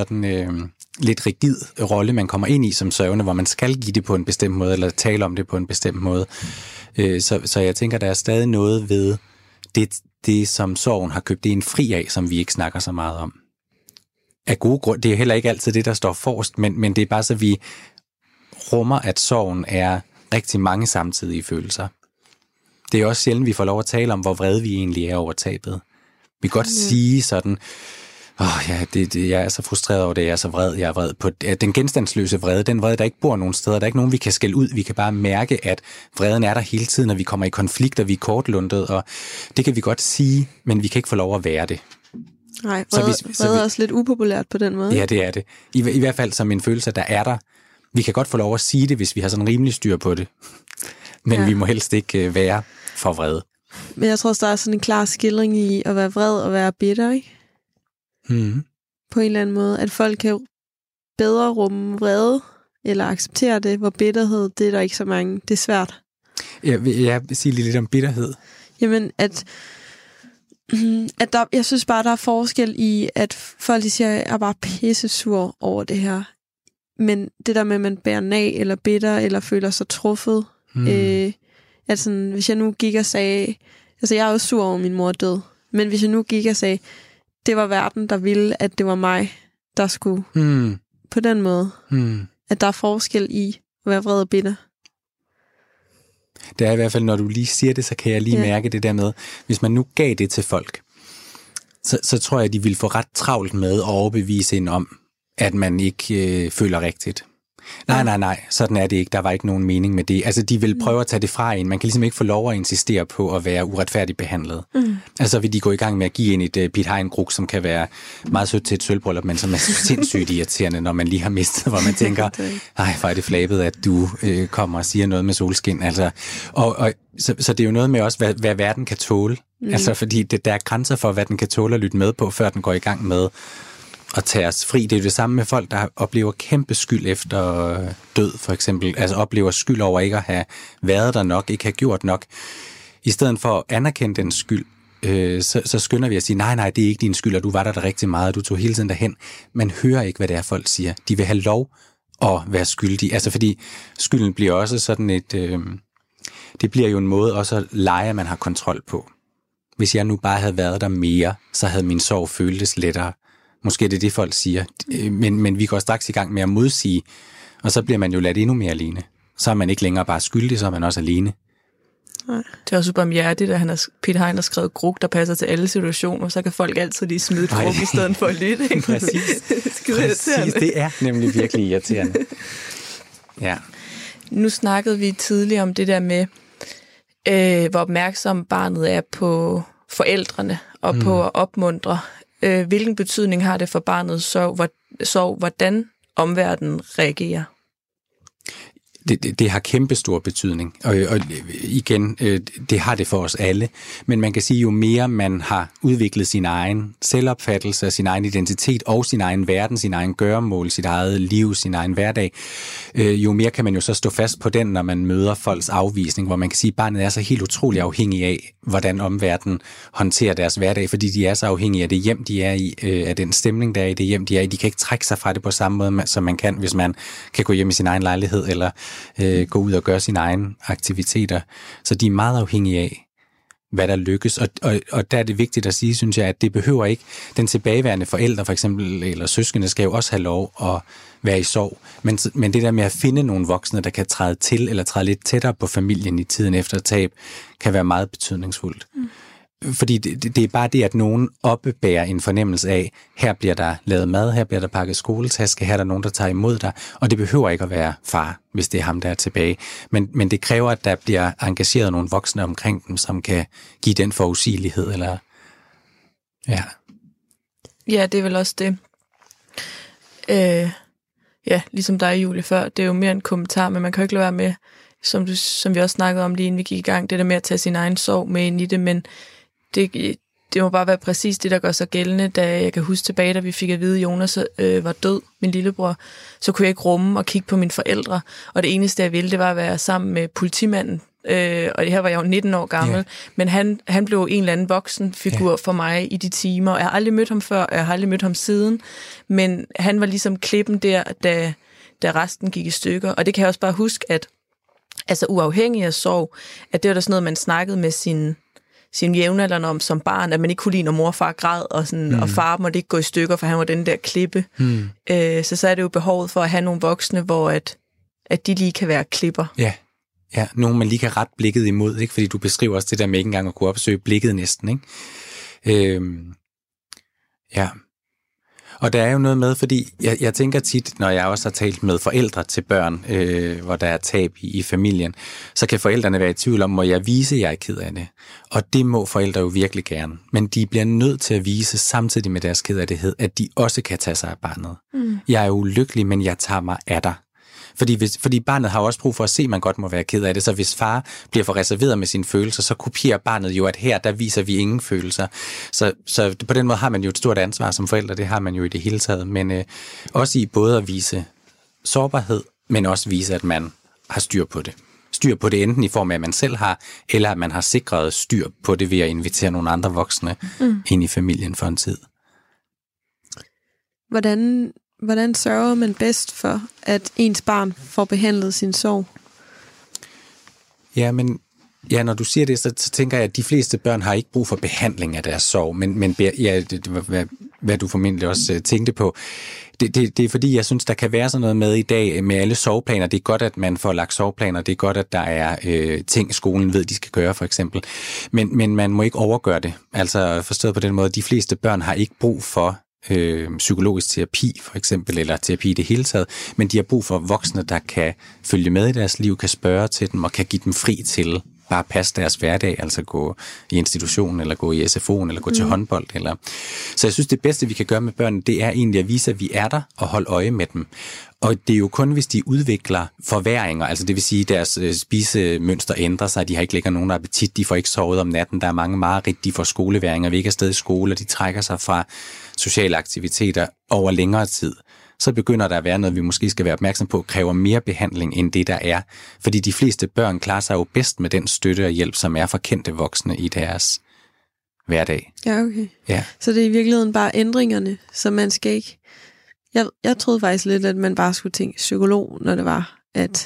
lidt rigid rolle, man kommer ind i som sørgende, hvor man skal give det på en bestemt måde, eller tale om det på en bestemt måde. Så jeg tænker, der er stadig noget ved det, som sorgen har købt, det er en fri af, som vi ikke snakker så meget om. Af gode grund, det er heller ikke altid det, der står forrest, men det er bare så, vi rummer, at sorgen er rigtig mange samtidige følelser. Det er også sjældent, vi får lov at tale om, hvor vrede vi egentlig er over tabet. Vi kan godt sige sådan, jeg er så frustreret over det, jeg er så vred, jeg er vred på den genstandsløse vrede, den vrede, der ikke bor nogen steder, der er ikke nogen, vi kan skælde ud, vi kan bare mærke, at vreden er der hele tiden, når vi kommer i konflikt, og vi er kortlundet, og det kan vi godt sige, men vi kan ikke få lov at være det. Nej, vrede er også lidt upopulært på den måde. Ja, det er det. I hvert fald som en følelse, der er der. Vi kan godt få lov at sige det, hvis vi har sådan rimelig styr på det. Men vi må helst ikke være for vrede. Men jeg tror også, der er sådan en klar skildring i at være vred og være bitter, ikke? På en eller anden måde. At folk kan bedre rumme vrede, eller acceptere det, hvor bitterhed, det er der ikke så mange. Det er svært. Jeg vil sige lidt om bitterhed. Jamen, at der, jeg synes bare, der er forskel i, at folk de siger, at jeg er bare pisse sur over det her. Men det der med, at man bærer nag, eller bitter, eller føler sig truffet. At sådan, hvis jeg nu gik og sagde, altså jeg er jo sur over, min mor død. Men hvis jeg nu gik og sagde, det var verden, der ville, at det var mig, der skulle på den måde. At der er forskel i at være vred og bitter. Det er i hvert fald, når du lige siger det, så kan jeg lige mærke det der med, hvis man nu gav det til folk, så tror jeg, at de ville få ret travlt med at overbevise en om, at man ikke føler rigtigt. Nej, sådan er det ikke. Der var ikke nogen mening med det. Altså, de vil prøve at tage det fra en. Man kan ligesom ikke få lov at insistere på at være uretfærdigt behandlet. Altså, vil de gå i gang med at give en et Piet Hein-gruk, som kan være meget sødt til et sølvbryllup, men som er sindssygt irriterende, når man lige har mistet, hvor man tænker, nej, hvor er det flabet, at du kommer og siger noget med solskin. Altså, så det er jo noget med også, hvad verden kan tåle. Altså, fordi der er grænser for, hvad den kan tåle at lytte med på, før den går i gang med at tage os fri. Det er jo det samme med folk, der oplever kæmpe skyld efter død, for eksempel. Altså oplever skyld over ikke at have været der nok, ikke have gjort nok. I stedet for at anerkende den skyld, så skynder vi at sige, nej, det er ikke din skyld, og du var der rigtig meget, du tog hele tiden derhen. Man hører ikke, hvad det er, folk siger. De vil have lov at være skyldige. Altså fordi skylden bliver også sådan et... det bliver jo en måde også at lege, at man har kontrol på. Hvis jeg nu bare havde været der mere, så havde min sorg føltes lettere. Måske det er det, folk siger. Men vi går straks i gang med at modsige, og så bliver man jo ladt endnu mere alene. Så er man ikke længere bare skyldig, så er man også alene. Det er også ubarmhjertigt, at Piet Hein har skrevet gruk, der passer til alle situationer, så kan folk altid lige smide et gruk i stedet for at lytte. Ikke? Præcis. Præcis, det er nemlig virkelig irriterende. Ja. Nu snakkede vi tidligere om det der med, hvor opmærksom barnet er på forældrene og på at opmuntre. Hvilken betydning har det for barnets sorg, hvordan omverdenen reagerer? Det har kæmpe stor betydning, og igen, det har det for os alle, men man kan sige, jo mere man har udviklet sin egen selvopfattelse, sin egen identitet og sin egen verden, sin egen gøremål, sit eget liv, sin egen hverdag, jo mere kan man jo så stå fast på den, når man møder folks afvisning, hvor man kan sige, at barnet er så helt utrolig afhængig af, hvordan omverdenen håndterer deres hverdag, fordi de er så afhængige af det hjem, de er i, af den stemning, der er i det hjem, de er i. De kan ikke trække sig fra det på samme måde, som man kan, hvis man kan gå hjem i sin egen lejlighed, eller gå ud og gøre sine egne aktiviteter. Så de er meget afhængige af, hvad der lykkes. Og der er det vigtigt at sige, synes jeg, at det behøver ikke, den tilbageværende forældre for eksempel, eller søskende, skal jo også have lov at være i sorg. Men det der med at finde nogle voksne, der kan træde til, eller træde lidt tættere på familien i tiden efter tab, kan være meget betydningsfuldt. Fordi det er bare det, at nogen oppebærer en fornemmelse af, her bliver der lavet mad, her bliver der pakket skoletaske, her er der nogen, der tager imod dig, og det behøver ikke at være far, hvis det er ham, der er tilbage. Men det kræver, at der bliver engageret nogle voksne omkring dem, som kan give den forudsigelighed, eller... Ja. Ja, det er vel også det. Ja, ligesom dig, Julie, før, det er jo mere en kommentar, men man kan jo ikke lade være med, som vi også snakkede om lige inden vi gik i gang, det der med at tage sin egen sorg med ind i det, men det må bare være præcis det, der gør sig gældende. Da jeg kan huske tilbage, da vi fik at vide, at Jonas var død, min lillebror, så kunne jeg ikke rumme og kigge på mine forældre. Og det eneste, jeg ville, det var at være sammen med politimanden. Og her var jeg jo 19 år gammel. Yeah. Men han blev en eller anden voksen figur for mig i de timer. Jeg har aldrig mødt ham før, og jeg har aldrig mødt ham siden. Men han var ligesom klippen der, da resten gik i stykker. Og det kan jeg også bare huske, at altså uafhængig af sorg, at det var der sådan noget, man snakkede med sin jævnaldrende om som barn, at man ikke kunne lide, når mor og far græd, og, sådan, og far måtte ikke gå i stykker, for han var den der klippe. Så er det jo behovet for at have nogle voksne, hvor at de lige kan være klipper. Ja, nogen man lige kan rette blikket imod, ikke? Fordi du beskriver også det der med ikke engang at kunne opsøge blikket næsten, ikke? Ja. Og der er jo noget med, fordi jeg tænker tit, når jeg også har talt med forældre til børn, hvor der er tab i familien, så kan forældrene være i tvivl om, må jeg vise, at jeg er ked af det? Og det må forældre jo virkelig gerne. Men de bliver nødt til at vise, samtidig med deres ked af det, at de også kan tage sig af barnet. Jeg er ulykkelig, men jeg tager mig af dig. Fordi barnet har også brug for at se, at man godt må være ked af det. Så hvis far bliver for reserveret med sine følelser, så kopierer barnet jo, at her, der viser vi ingen følelser. Så på den måde har man jo et stort ansvar som forældre, det har man jo i det hele taget. Men også i både at vise sårbarhed, men også vise, at man har styr på det. Styr på det enten i form af, at man selv har, eller at man har sikret styr på det ved at invitere nogle andre voksne ind i familien for en tid. Hvordan sørger man bedst for, at ens barn får behandlet sin sorg? Ja, når du siger det, så tænker jeg, at de fleste børn har ikke brug for behandling af deres sorg, men ja, det var, hvad du formentlig også tænkte på. Det er fordi, jeg synes, der kan være sådan noget med i dag med alle sorgplaner. Det er godt, at man får lagt sorgplaner. Det er godt, at der er ting, skolen ved, de skal gøre, for eksempel. Men man må ikke overgøre det. Altså forstået på den måde, de fleste børn har ikke brug for psykologisk terapi, for eksempel, eller terapi i det hele taget, men de har brug for voksne, der kan følge med i deres liv, kan spørge til dem og kan give dem fri til bare passe deres hverdag, altså gå i institutionen, eller gå i SFO'en, eller gå til håndbold. Så jeg synes, det bedste, vi kan gøre med børnene, det er egentlig at vise, at vi er der og holde øje med dem. Og det er jo kun, hvis de udvikler forværringer, altså det vil sige, at deres spisemønster ændrer sig, de har ikke længere nogen appetit, de får ikke sovet om natten, der er mange mareridt, de får skoleværinger, vi ikke er afsted i skole, og de trækker sig fra sociale aktiviteter over længere tid. Så begynder der at være noget, vi måske skal være opmærksom på, kræver mere behandling end det, der er. Fordi de fleste børn klarer sig jo bedst med den støtte og hjælp, som er fra kendte voksne i deres hverdag. Ja, okay. Ja. Så det er i virkeligheden bare ændringerne, så man skal ikke... Jeg troede faktisk lidt, at man bare skulle tænke psykolog, når det var,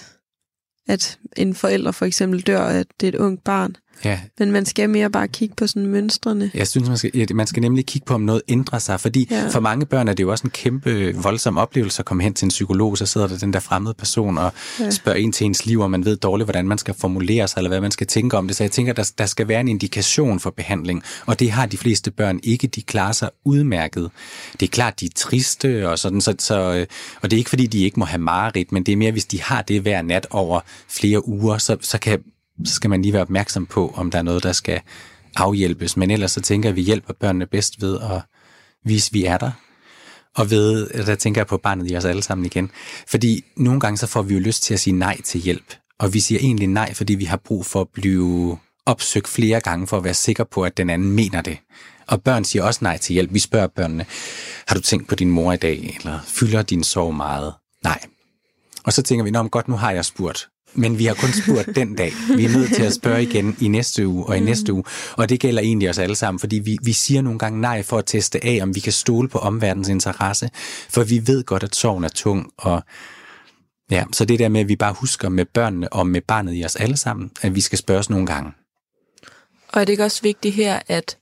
at en forælder for eksempel dør, at det er et ungt barn. Ja. Men man skal mere bare kigge på sådan mønstrene. Jeg synes, man skal nemlig kigge på, om noget ændrer sig, fordi for mange børn er det jo også en kæmpe voldsom oplevelse at komme hen til en psykolog, så sidder der den der fremmede person og spørger en til ens liv, og man ved dårligt, hvordan man skal formulere sig, eller hvad man skal tænke om det. Så jeg tænker, der skal være en indikation for behandling, og det har de fleste børn ikke. De klarer sig udmærket. Det er klart, de er triste, og sådan, og det er ikke, fordi de ikke må have mareridt, men det er mere, hvis de har det hver nat over flere uger, så skal man lige være opmærksom på, om der er noget, der skal afhjælpes. Men ellers så tænker jeg, at vi hjælper børnene bedst ved at vise, at vi er der. Og ved, der tænker jeg på barnet i os alle sammen igen. Fordi nogle gange så får vi jo lyst til at sige nej til hjælp. Og vi siger egentlig nej, fordi vi har brug for at blive opsøgt flere gange, for at være sikre på, at den anden mener det. Og børn siger også nej til hjælp. Vi spørger børnene, har du tænkt på din mor i dag? Eller fylder din sorg meget? Nej. Og så tænker vi, godt, nu har jeg spurgt. Men vi har kun spurgt den dag. Vi er nødt til at spørge igen i næste uge og i næste uge. Og det gælder egentlig os alle sammen, fordi vi siger nogle gange nej for at teste af, om vi kan stole på omverdens interesse. For vi ved godt, at sorgen er tung. Og ja, så det der med, at vi bare husker med børnene og med barnet i os alle sammen, at vi skal spørges nogle gange. Og er det ikke også vigtigt her,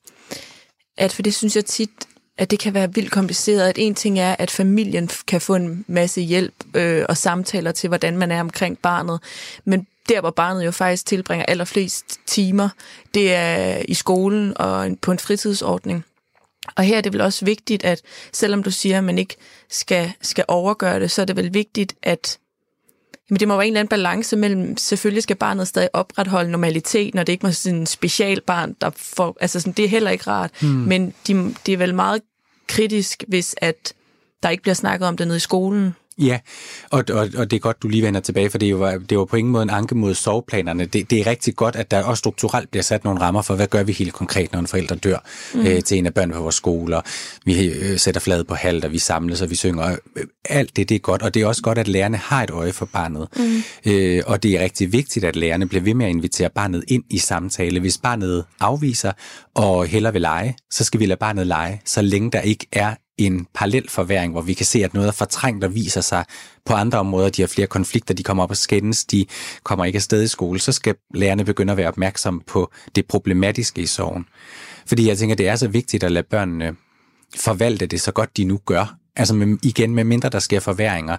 at for det synes jeg tit, at det kan være vildt kompliceret, at en ting er, at familien kan få en masse hjælp og samtaler til, hvordan man er omkring barnet, men der, hvor barnet jo faktisk tilbringer allerflest timer, det er i skolen og på en fritidsordning. Og her er det vel også vigtigt, at selvom du siger, at man ikke skal overgøre det, så er det vel vigtigt, at men det må være en eller anden balance mellem, selvfølgelig skal barnet stadig opretholde normalitet, når det ikke må sådan en specialbarn, der får, altså sådan, det er heller ikke rart, men det er vel meget kritisk, hvis at der ikke bliver snakket om det nede i skolen. Ja, og det er godt, du lige vender tilbage, for det var på ingen måde en anke mod sorgplanerne. Det er rigtig godt, at der også strukturelt bliver sat nogle rammer for, hvad gør vi helt konkret, når en forælder dør til en af børnene på vores skoler. Vi sætter flaget på halvt, og vi samles, og vi synger. Alt det er godt, og det er også godt, at lærerne har et øje for barnet. Og det er rigtig vigtigt, at lærerne bliver ved med at invitere barnet ind i samtale. Hvis barnet afviser og hellere vil lege, så skal vi lade barnet lege, så længe der ikke er en parallel forværing, hvor vi kan se, at noget er fortrængt og viser sig på andre områder. De har flere konflikter, de kommer op og skændes, de kommer ikke afsted i skole. Så skal lærerne begynde at være opmærksomme på det problematiske i sorgen. Fordi jeg tænker, det er så vigtigt at lade børnene forvalte det så godt de nu gør. Altså med mindre der sker forværinger,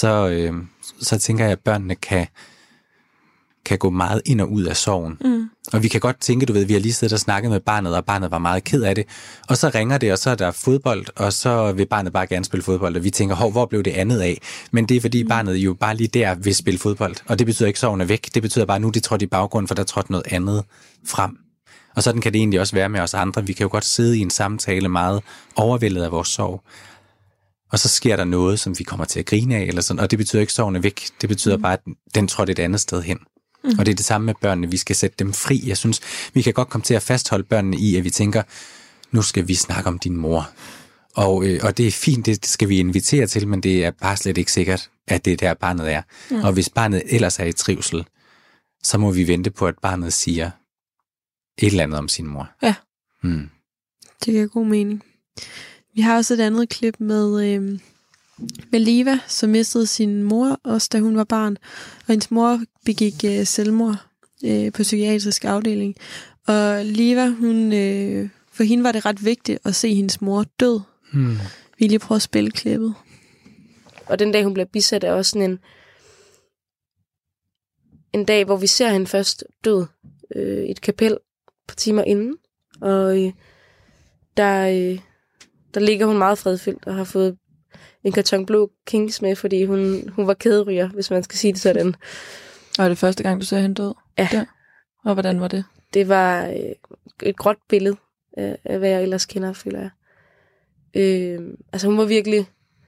så tænker jeg, at børnene kan gå meget ind og ud af sorgen. Og vi kan godt tænke, vi har lige siddet og snakket med barnet, og barnet var meget ked af det, og så ringer det, og så er der fodbold, og så vil barnet bare gerne spille fodbold, og vi tænker, hvor blev det andet af? Men det er fordi barnet jo bare lige der vil spille fodbold, og det betyder ikke, sorgen er væk, det betyder bare, nu det trådte i baggrunden, for der trådte noget andet frem. Og sådan kan det egentlig også være med os andre. Vi kan jo godt sidde i en samtale meget overvældet af vores sorg. og så sker der noget, som vi kommer til at grine af, eller sådan, og det betyder ikke sorgen er væk. Det betyder bare, at den trådte et andet sted hen. Og det er det samme med børnene. Vi skal sætte dem fri. Jeg synes, vi kan godt komme til at fastholde børnene i, at vi tænker, nu skal vi snakke om din mor. Og det er fint, det skal vi invitere til, men det er bare slet ikke sikkert, at det er der, barnet er. Ja. Og hvis barnet ellers er i trivsel, så må vi vente på, at barnet siger et eller andet om sin mor. Ja. Det giver god mening. Vi har også et andet klip med Liva, som mistede sin mor, også da hun var barn. Og hendes mor begik selvmord på psykiatrisk afdeling. Og Liva, for hende var det ret vigtigt at se hendes mor død. Vi lige prøve at spille klippet. Og den dag, hun bliver bisat, er også sådan en dag, hvor vi ser hende først død i et kapel på timer inden. Og der ligger hun meget fredfyldt og har fået en karton blå Kings med, fordi hun var kæderyger, hvis man skal sige det sådan. Og er det første gang, du ser hende død? Ja. Der. Og hvordan var det? Det var et gråt billede af, hvad jeg ellers kender, føler jeg. Altså hun var virkelig...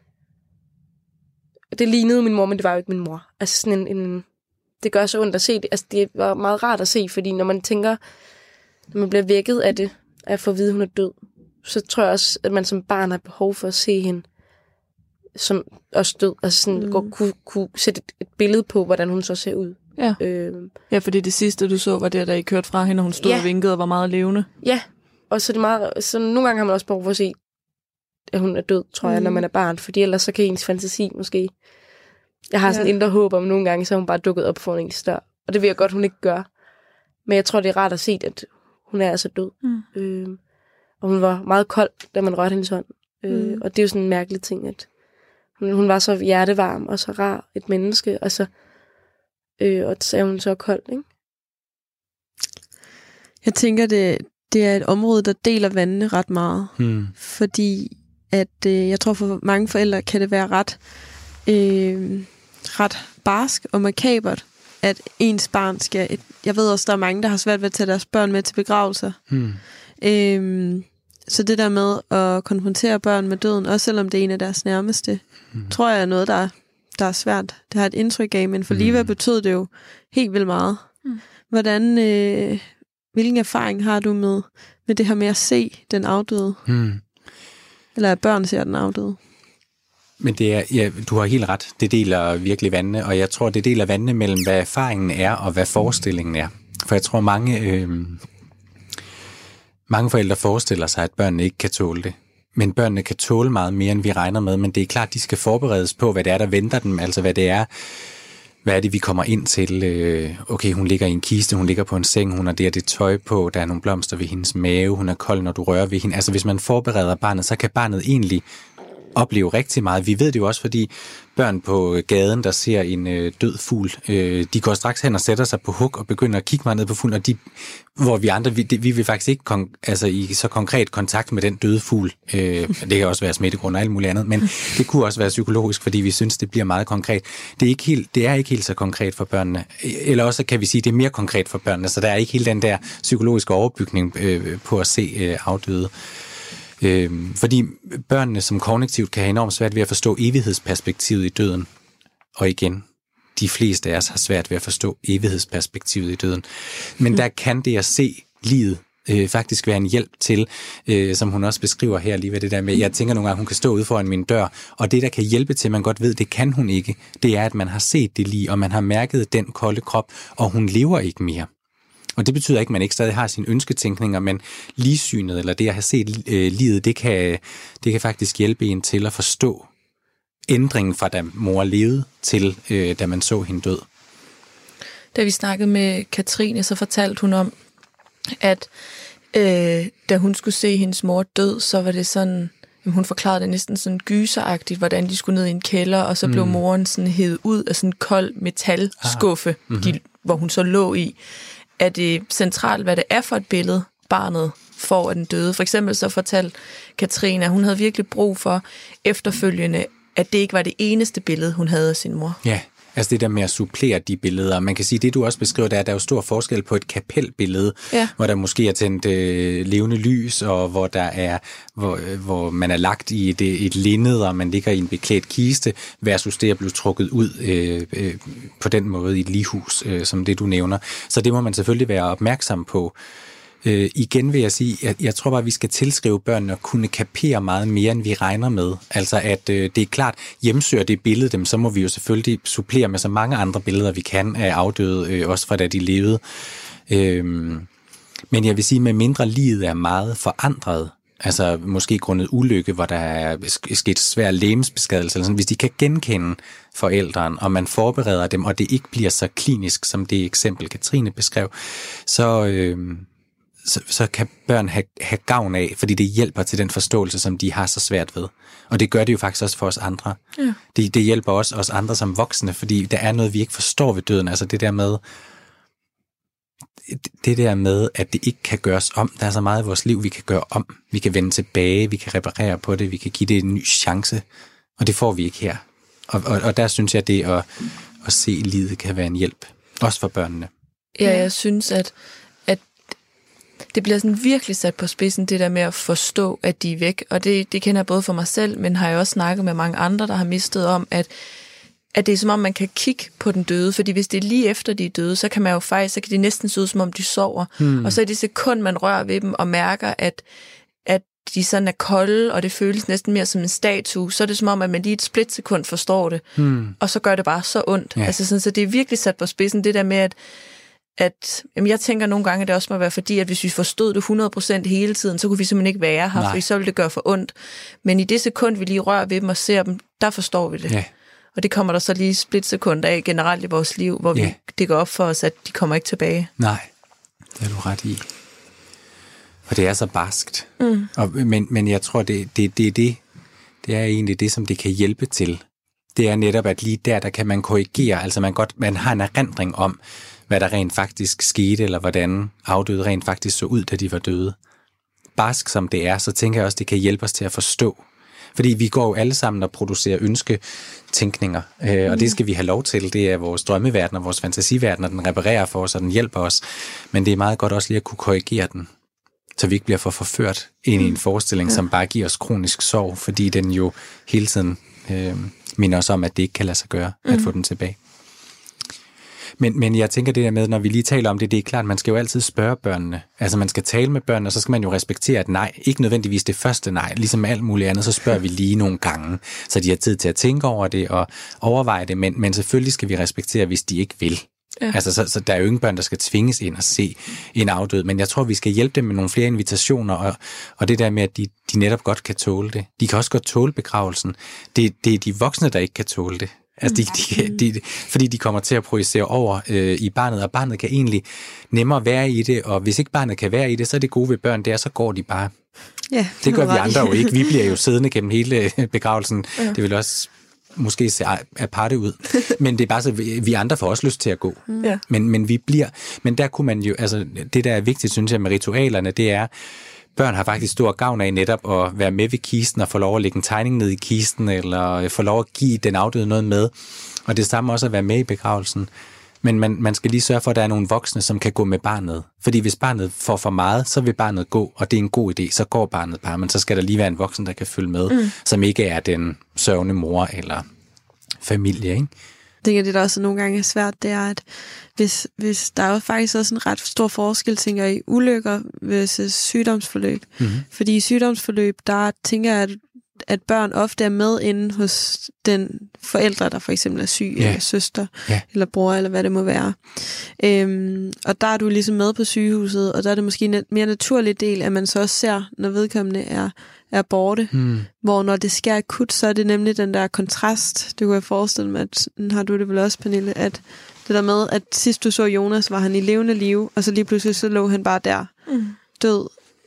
Det lignede min mor, men det var jo ikke min mor. Altså sådan en det gør så ondt at se det. Altså det var meget rart at se, fordi når man tænker, når man bliver vækket af det, at få at vide, at hun er død, så tror jeg også, at man som barn har behov for at se hende som også død. Altså sådan kunne sætte et billede på, hvordan hun så ser ud. Ja. Ja, fordi det sidste, du så, var det, da I kørte fra hende, og hun stod og vinkede og var meget levende. Ja, og så er det meget... Så nogle gange har man også behov for at se, at hun er død, tror jeg, når man er barn. Fordi ellers så kan ens fantasi måske... Jeg har sådan indre håb om, nogle gange, så hun bare dukket op for en større. Og det vil jeg godt, hun ikke gør. Men jeg tror, det er rart at se, at hun er altså død. Og hun var meget kold, da man rørte hendes hånd. Og det er jo sådan en mærkelig ting, at hun var så hjertevarm og så rar et menneske, og så er hun så kold, ikke? Jeg tænker, det er et område, der deler vandene ret meget. Fordi at jeg tror, for mange forældre kan det være ret barsk og makabert, at ens barn skal... Jeg ved også, der er mange, der har svært ved at tage deres børn med til begravelser. Så det der med at konfrontere børn med døden, også selvom det er en af deres nærmeste, tror jeg er noget, der er svært. Det har et indtryk af, men for Liva betød det jo helt vildt meget. Hvilken erfaring har du med det her med at se den afdøde? Eller at børn ser den afdøde? Men det er, ja, du har helt ret. Det deler virkelig vandene, og jeg tror, det deler vandene mellem, hvad erfaringen er, og hvad forestillingen er. For jeg tror, mange forældre forestiller sig, at børnene ikke kan tåle det. Men børnene kan tåle meget mere, end vi regner med. Men det er klart, de skal forberedes på, hvad det er, der venter dem. Altså, hvad er det, vi kommer ind til? Okay, hun ligger i en kiste, hun ligger på en seng, hun har det tøj på, der er nogle blomster ved hendes mave, hun er kold, når du rører ved hende. Altså, hvis man forbereder barnet, så kan barnet egentlig opleve rigtig meget. Vi ved det jo også, fordi børn på gaden, der ser en død fugl, de går straks hen og sætter sig på huk og begynder at kigge meget ned på fuglen, og hvor vi andre, vi vil faktisk ikke i så konkret kontakt med den døde fugl. Det kan også være smittegrund og alt muligt andet, men det kunne også være psykologisk, fordi vi synes, det bliver meget konkret. Det er ikke helt så konkret for børnene. Eller også kan vi sige, det er mere konkret for børnene, så der er ikke helt den der psykologiske overbygning på at se afdøde. Fordi børnene som kognitivt kan have enormt svært ved at forstå evighedsperspektivet i døden. Og igen, de fleste af os har svært ved at forstå evighedsperspektivet i døden. Men der kan det at se livet faktisk være en hjælp til, som hun også beskriver her lige ved det der med, jeg tænker nogle gange, hun kan stå ude foran min dør, og det der kan hjælpe til, man godt ved, det kan hun ikke, det er, at man har set det lige, og man har mærket den kolde krop, og hun lever ikke mere. Og det betyder ikke, at man ikke stadig har sine ønsketænkninger, men ligesynet, eller det at have set livet, det kan faktisk hjælpe en til at forstå ændringen fra da mor levede til da man så hende død. Da vi snakkede med Katrine, så fortalte hun om, at da hun skulle se hendes mor død, så var det sådan, hun forklarede det næsten sådan gyseragtigt, hvordan de skulle ned i en kælder, og så blev moren sådan hevet ud af sådan en kold metalskuffe, hvor hun så lå i. Er det centralt, hvad det er for et billede, barnet får af den døde? For eksempel så fortalte Katrine, at hun havde virkelig brug for efterfølgende, at det ikke var det eneste billede, hun havde af sin mor. Ja, Altså det der med at supplere de billeder. Man kan sige, det du også beskriver, der er jo stor forskel på et kapelbillede, hvor der måske er tændt levende lys, og hvor der er, hvor man er lagt i et linned, og man ligger i en beklædt kiste, versus det at blive trukket ud på den måde i et lighus, som det du nævner. Så det må man selvfølgelig være opmærksom på. Igen vil jeg sige, at jeg tror bare, at vi skal tilskrive børnene at kunne kapere meget mere, end vi regner med. Altså at det er klart, hjemsøger det billede dem, så må vi jo selvfølgelig supplere med så mange andre billeder, vi kan af afdøde, også fra da de levede. Men jeg vil sige, med mindre livet er meget forandret, altså måske grundet ulykke, hvor der er sket svær legemsbeskadelse, eller sådan, hvis de kan genkende forældrene, og man forbereder dem, og det ikke bliver så klinisk, som det eksempel Katrine beskrev, så kan børn have gavn af, fordi det hjælper til den forståelse, som de har så svært ved. Og det gør det jo faktisk også for os andre. Ja. Det hjælper også os andre som voksne, fordi der er noget, vi ikke forstår ved døden. Altså det der med, at det ikke kan gøres om. Der er så meget i vores liv, vi kan gøre om. Vi kan vende tilbage, vi kan reparere på det, vi kan give det en ny chance. Og det får vi ikke her. Og der synes jeg, at det at se livet kan være en hjælp. Også for børnene. Ja, jeg synes, at det bliver sådan virkelig sat på spidsen, det der med at forstå, at de er væk. Og det kender jeg både for mig selv, men har jeg også snakket med mange andre, der har mistet om, at det er som om, man kan kigge på den døde. Fordi hvis det er lige efter, de er døde, så kan man jo faktisk, så kan det næsten se ud, som om de sover. Og så er det sekund, man rører ved dem og mærker, at de sådan er kolde, og det føles næsten mere som en statue, så er det som om, at man lige et splitsekund forstår det. Og så gør det bare så ondt. Ja. Altså sådan, så det er virkelig sat på spidsen, det der med, at jeg tænker nogle gange, at det også må være fordi, at hvis vi forstod det 100% hele tiden, så kunne vi simpelthen ikke være her, for så ville det gøre for ondt. Men i det sekund, vi lige rører ved dem og ser dem, der forstår vi det. Ja. Og det kommer der så lige splitsekund af generelt i vores liv, hvor det går op for os, at de kommer ikke tilbage. Nej, det er du ret i. Og det er så barskt. Men jeg tror, det er egentlig det, som det kan hjælpe til. Det er netop, at lige der kan man korrigere. Altså man har en erindring om, hvad der rent faktisk skete, eller hvordan afdøde rent faktisk så ud, da de var døde. Barsk som det er, så tænker jeg også, det kan hjælpe os til at forstå. Fordi vi går jo alle sammen og producerer ønsketænkninger, og det skal vi have lov til. Det er vores drømmeverden og vores fantasiverden, og den reparerer for os, og den hjælper os. Men det er meget godt også lige at kunne korrigere den, så vi ikke bliver for forført ind i en forestilling, som bare giver os kronisk sorg, fordi den jo hele tiden minder os om, at det ikke kan lade sig gøre at få den tilbage. Men jeg tænker det der med, når vi lige taler om det, det er klart, at man skal jo altid spørge børnene. Altså man skal tale med børnene, og så skal man jo respektere et nej. Ikke nødvendigvis det første nej. Ligesom alt muligt andet, så spørger vi lige nogle gange, så de har tid til at tænke over det og overveje det. Men selvfølgelig skal vi respektere, hvis de ikke vil. Ja. Altså så der er jo ingen børn, der skal tvinges ind og se en afdød. Men jeg tror, vi skal hjælpe dem med nogle flere invitationer, og det der med, at de netop godt kan tåle det. De kan også godt tåle begravelsen. Det er de voksne, der ikke kan tåle det. Altså fordi de kommer til at projicere over i barnet, og barnet kan egentlig nemmere være i det, og hvis ikke barnet kan være i det, så er det gode ved børn, så går de bare. Ja, det gør vi andre jo ikke. Vi bliver jo siddende gennem hele begravelsen. Ja. Det vil også måske se aparte ud. Men det er bare så, vi andre får også lyst til at gå. Ja. Men vi bliver. Men der kunne man jo, altså det der er vigtigt, synes jeg, med ritualerne, det er, børn har faktisk stor gavn af netop at være med ved kisten og få lov at lægge en tegning ned i kisten, eller få lov at give den afdøde noget med. Og det samme også at være med i begravelsen. Men man skal lige sørge for, at der er nogle voksne, som kan gå med barnet. Fordi hvis barnet får for meget, så vil barnet gå, og det er en god idé, så går barnet bare. Men så skal der lige være en voksen, der kan følge med, som ikke er den sørgende mor eller familie, ikke? Jeg tænker, det der også nogle gange er svært, det er, at hvis der er jo faktisk også en ret stor forskel, tænker jeg, i ulykker versus sygdomsforløb. Fordi i sygdomsforløb, der tænker jeg, at børn ofte er med inde hos den forældre, der for eksempel er syg, eller søster, eller bror, eller hvad det må være. Og der er du ligesom med på sygehuset, og der er det måske en mere naturlig del, at man så også ser, når vedkommende er borte. Hvor når det sker akut, så er det nemlig den der kontrast. Det kunne jeg forestille mig, at har du det vel også, Pernille, at det der med, at sidst du så Jonas, var han i levende live, og så lige pludselig så lå han bare der, død.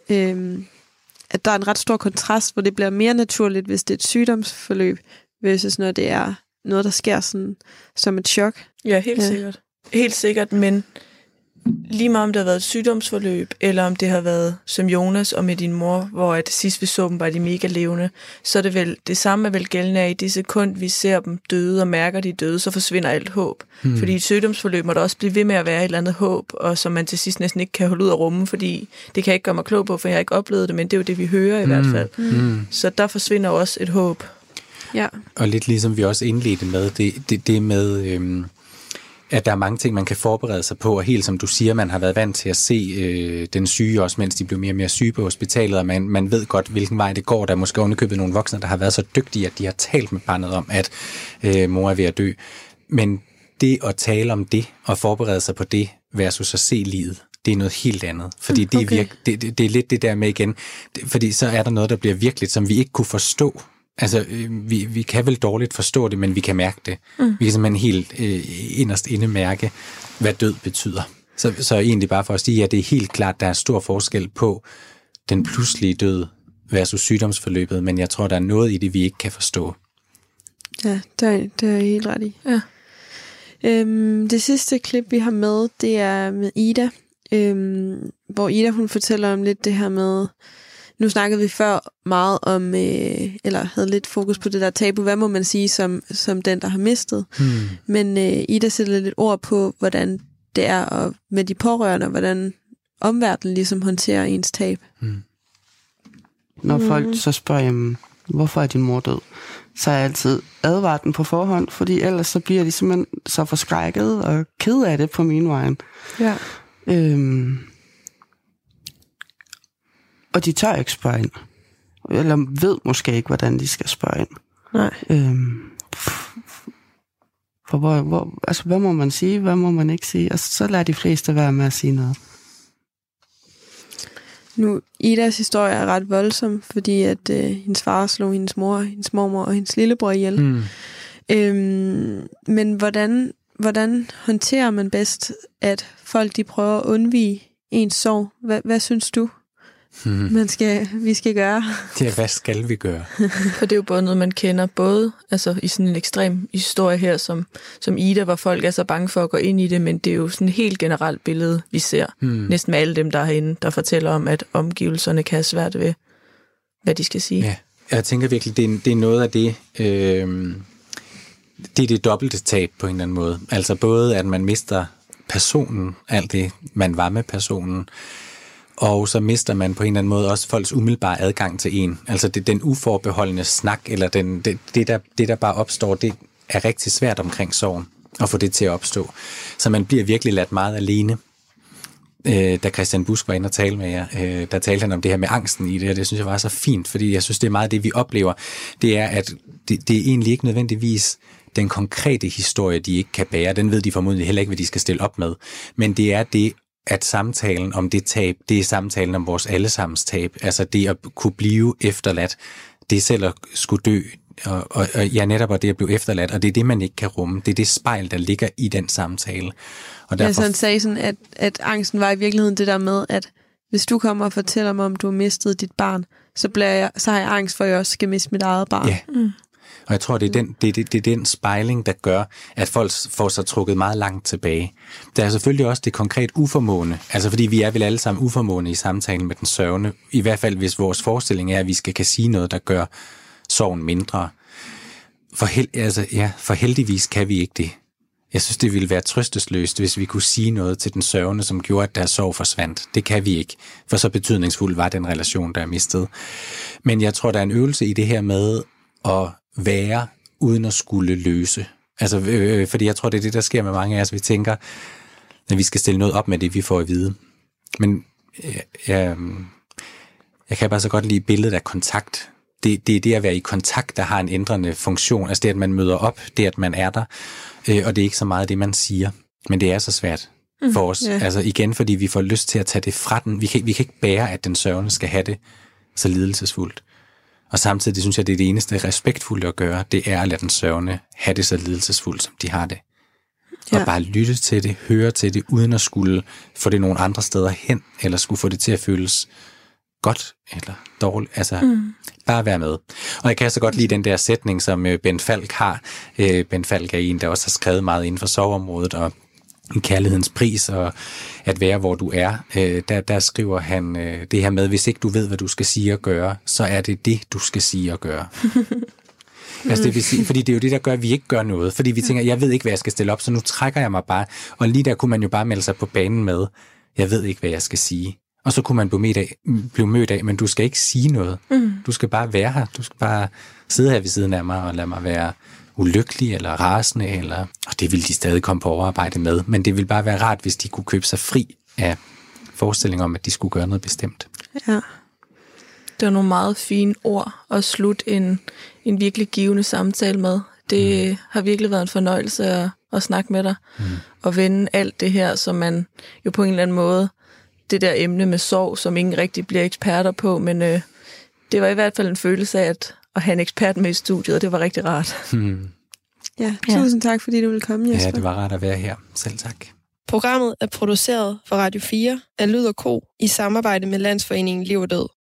At der er en ret stor kontrast, hvor det bliver mere naturligt, hvis det er et sygdomsforløb, versus når det er noget, der sker sådan, som et chok. Ja, helt sikkert. Helt sikkert, men lige meget om det har været et sygdomsforløb, eller om det har været som Jonas og med din mor, hvor at sidst vi så dem, var de mega levende, så er det vel det samme er vel gældende af, i det sekund, vi ser dem døde og mærker de døde, så forsvinder alt håb. Fordi i et sygdomsforløb må der også blive ved med at være et eller andet håb, og som man til sidst næsten ikke kan holde ud af rummen, fordi det kan jeg ikke gøre mig klog på, for jeg har ikke oplevet det, men det er jo det, vi hører i hvert fald. Så der forsvinder også et håb. Ja. Og lidt ligesom vi også indledte med, det med, at der er mange ting, man kan forberede sig på, og helt som du siger, man har været vant til at se den syge, også mens de blev mere og mere syge på hospitalet, og man ved godt, hvilken vej det går. Der er måske ovenikøbet nogle voksne, der har været så dygtige, at de har talt med barnet om, at mor er ved at dø. Men det at tale om det, og forberede sig på det, versus at se livet, det er noget helt andet. Fordi det er lidt det der med igen, fordi så er der noget, der bliver virkeligt, som vi ikke kunne forstå. Altså, vi kan vel dårligt forstå det, men vi kan mærke det. Vi kan simpelthen helt inderst inde mærke, hvad død betyder. Så egentlig bare for at sige, at det er helt klart, der er stor forskel på den pludselige død versus sygdomsforløbet, men jeg tror, der er noget i det, vi ikke kan forstå. Ja, det er helt ret i. Ja. Det sidste klip, vi har med, det er med Ida, hvor Ida, hun fortæller om lidt det her med, nu snakkede vi før meget om, eller havde lidt fokus på det der tabu, hvad må man sige som den, der har mistet. Men Ida sætter lidt ord på, hvordan det er med de pårørende, og hvordan omverdenen ligesom håndterer ens tab. Når folk så spørger, jamen, hvorfor er din mor død? Så er jeg altid advaret den på forhånd, fordi ellers så bliver de simpelthen så forskrækket og ked af det på min vejen. Ja. Og de tør ikke spørge ind. Eller ved måske ikke, hvordan de skal spørge ind. Nej. For altså, hvad må man sige, hvad må man ikke sige? Og så lader de fleste være med at sige noget. Nu, Idas historie er ret voldsom, fordi at hendes far slog hendes mor, hendes mormor og hendes lillebror ihjel. Men hvordan håndterer man bedst, at folk de prøver at undvige ens sorg? Hvad synes du, vi skal gøre? Ja, hvad skal vi gøre? For det er jo både noget, man kender, både altså, i sådan en ekstrem historie her, som Ida, hvor folk er så bange for at gå ind i det, men det er jo sådan et helt generelt billede, vi ser. Næsten med alle dem, der er herinde, der fortæller om, at omgivelserne kan have svært ved, hvad de skal sige. Ja, jeg tænker virkelig, det er noget af det, det er det dobbelte tab på en eller anden måde. Altså både, at man mister personen, alt det, man var med personen, og så mister man på en eller anden måde også folks umiddelbare adgang til en. Altså den uforbeholdende snak, eller det der bare opstår, det er rigtig svært omkring sorgen, at få det til at opstå. Så man bliver virkelig ladt meget alene. Da Christian Busk var inde og tale med jer, der talte han om det her med angsten i det, og det synes jeg var så fint, fordi jeg synes, det er meget det, vi oplever. Det er, at det er egentlig ikke nødvendigvis den konkrete historie, de ikke kan bære. Den ved de formodentlig heller ikke, hvad de skal stille op med. Men det er det, at samtalen om det tab, det er samtalen om vores allesammens tab. Altså det at kunne blive efterladt, det er selv at skulle dø, og ja, netop at det at blive efterladt, og det er det, man ikke kan rumme. Det er det spejl, der ligger i den samtale. Og derfor... Ja, så han sagde sådan, at angsten var i virkeligheden det der med, at hvis du kommer og fortæller mig, om du har mistet dit barn, så har jeg angst for, at jeg også skal miste mit eget barn. Ja. Og jeg tror, det er den spejling, der gør, at folk får sig trukket meget langt tilbage. Der er selvfølgelig også det konkret uformående, altså fordi vi er vel alle sammen uformående i samtalen med den sørgende, i hvert fald hvis vores forestilling er, at vi kan sige noget, der gør sorgen mindre. For heldigvis kan vi ikke det. Jeg synes, det ville være trøstesløst, hvis vi kunne sige noget til den sørgende, som gjorde, at deres sorg forsvandt. Det kan vi ikke, for så betydningsfuld var den relation, der er mistet. Men jeg tror, der er en øvelse i det her med at være, uden at skulle løse. Altså, fordi jeg tror, det er det, der sker med mange af os. Vi tænker, at vi skal stille noget op med det, vi får at vide. Men jeg kan bare så godt lide billedet af kontakt. Det er det at være i kontakt, der har en ændrende funktion. Altså det, at man møder op, det at man er der. Og det er ikke så meget det, man siger. Men det er så svært for os. Yeah. Altså igen, fordi vi får lyst til at tage det fra den. Vi kan ikke bære, at den sørgende skal have det så lidelsesfuldt. Og samtidig synes jeg, det er det eneste respektfulde at gøre, det er at lade den sørgende have det så lidelsesfuldt, som de har det. Ja. Og bare lytte til det, høre til det, uden at skulle få det nogle andre steder hen, eller skulle få det til at føles godt eller dårligt. Altså, bare være med. Og jeg kan så godt lide den der sætning, som Ben Falk har. Ben Falk er en, der også har skrevet meget inden for sorgområdet, og en kærlighedens pris og at være, hvor du er. Der skriver han det her med, hvis ikke du ved, hvad du skal sige og gøre, så er det, du skal sige og gøre. Altså det vil sige, fordi det er jo det, der gør, at vi ikke gør noget. Fordi vi tænker, jeg ved ikke, hvad jeg skal stille op, så nu trækker jeg mig bare. Og lige der kunne man jo bare melde sig på banen med, jeg ved ikke, hvad jeg skal sige. Og så kunne man blive mødt af, men du skal ikke sige noget. Du skal bare være her. Du skal bare sidde her ved siden af mig og lade mig være ulykkelig eller rasende. Og det vil de stadig komme på overarbejde med. Men det vil bare være rart, hvis de kunne købe sig fri af forestillingen om, at de skulle gøre noget bestemt. Ja. Det var nogle meget fine ord at slutte en virkelig givende samtale med. Det har virkelig været en fornøjelse at snakke med dig. Og vende alt det her, som man jo på en eller anden måde, det der emne med sorg, som ingen rigtig bliver eksperter på, men det var i hvert fald en følelse af at have en ekspert med i studiet, og det var rigtig rart. Ja, tusind tak, fordi du ville komme, Jesper. Ja, det var rart at være her. Selv tak. Programmet er produceret for Radio 4 af Lyd & Co. i samarbejde med Landsforeningen Liv og Død.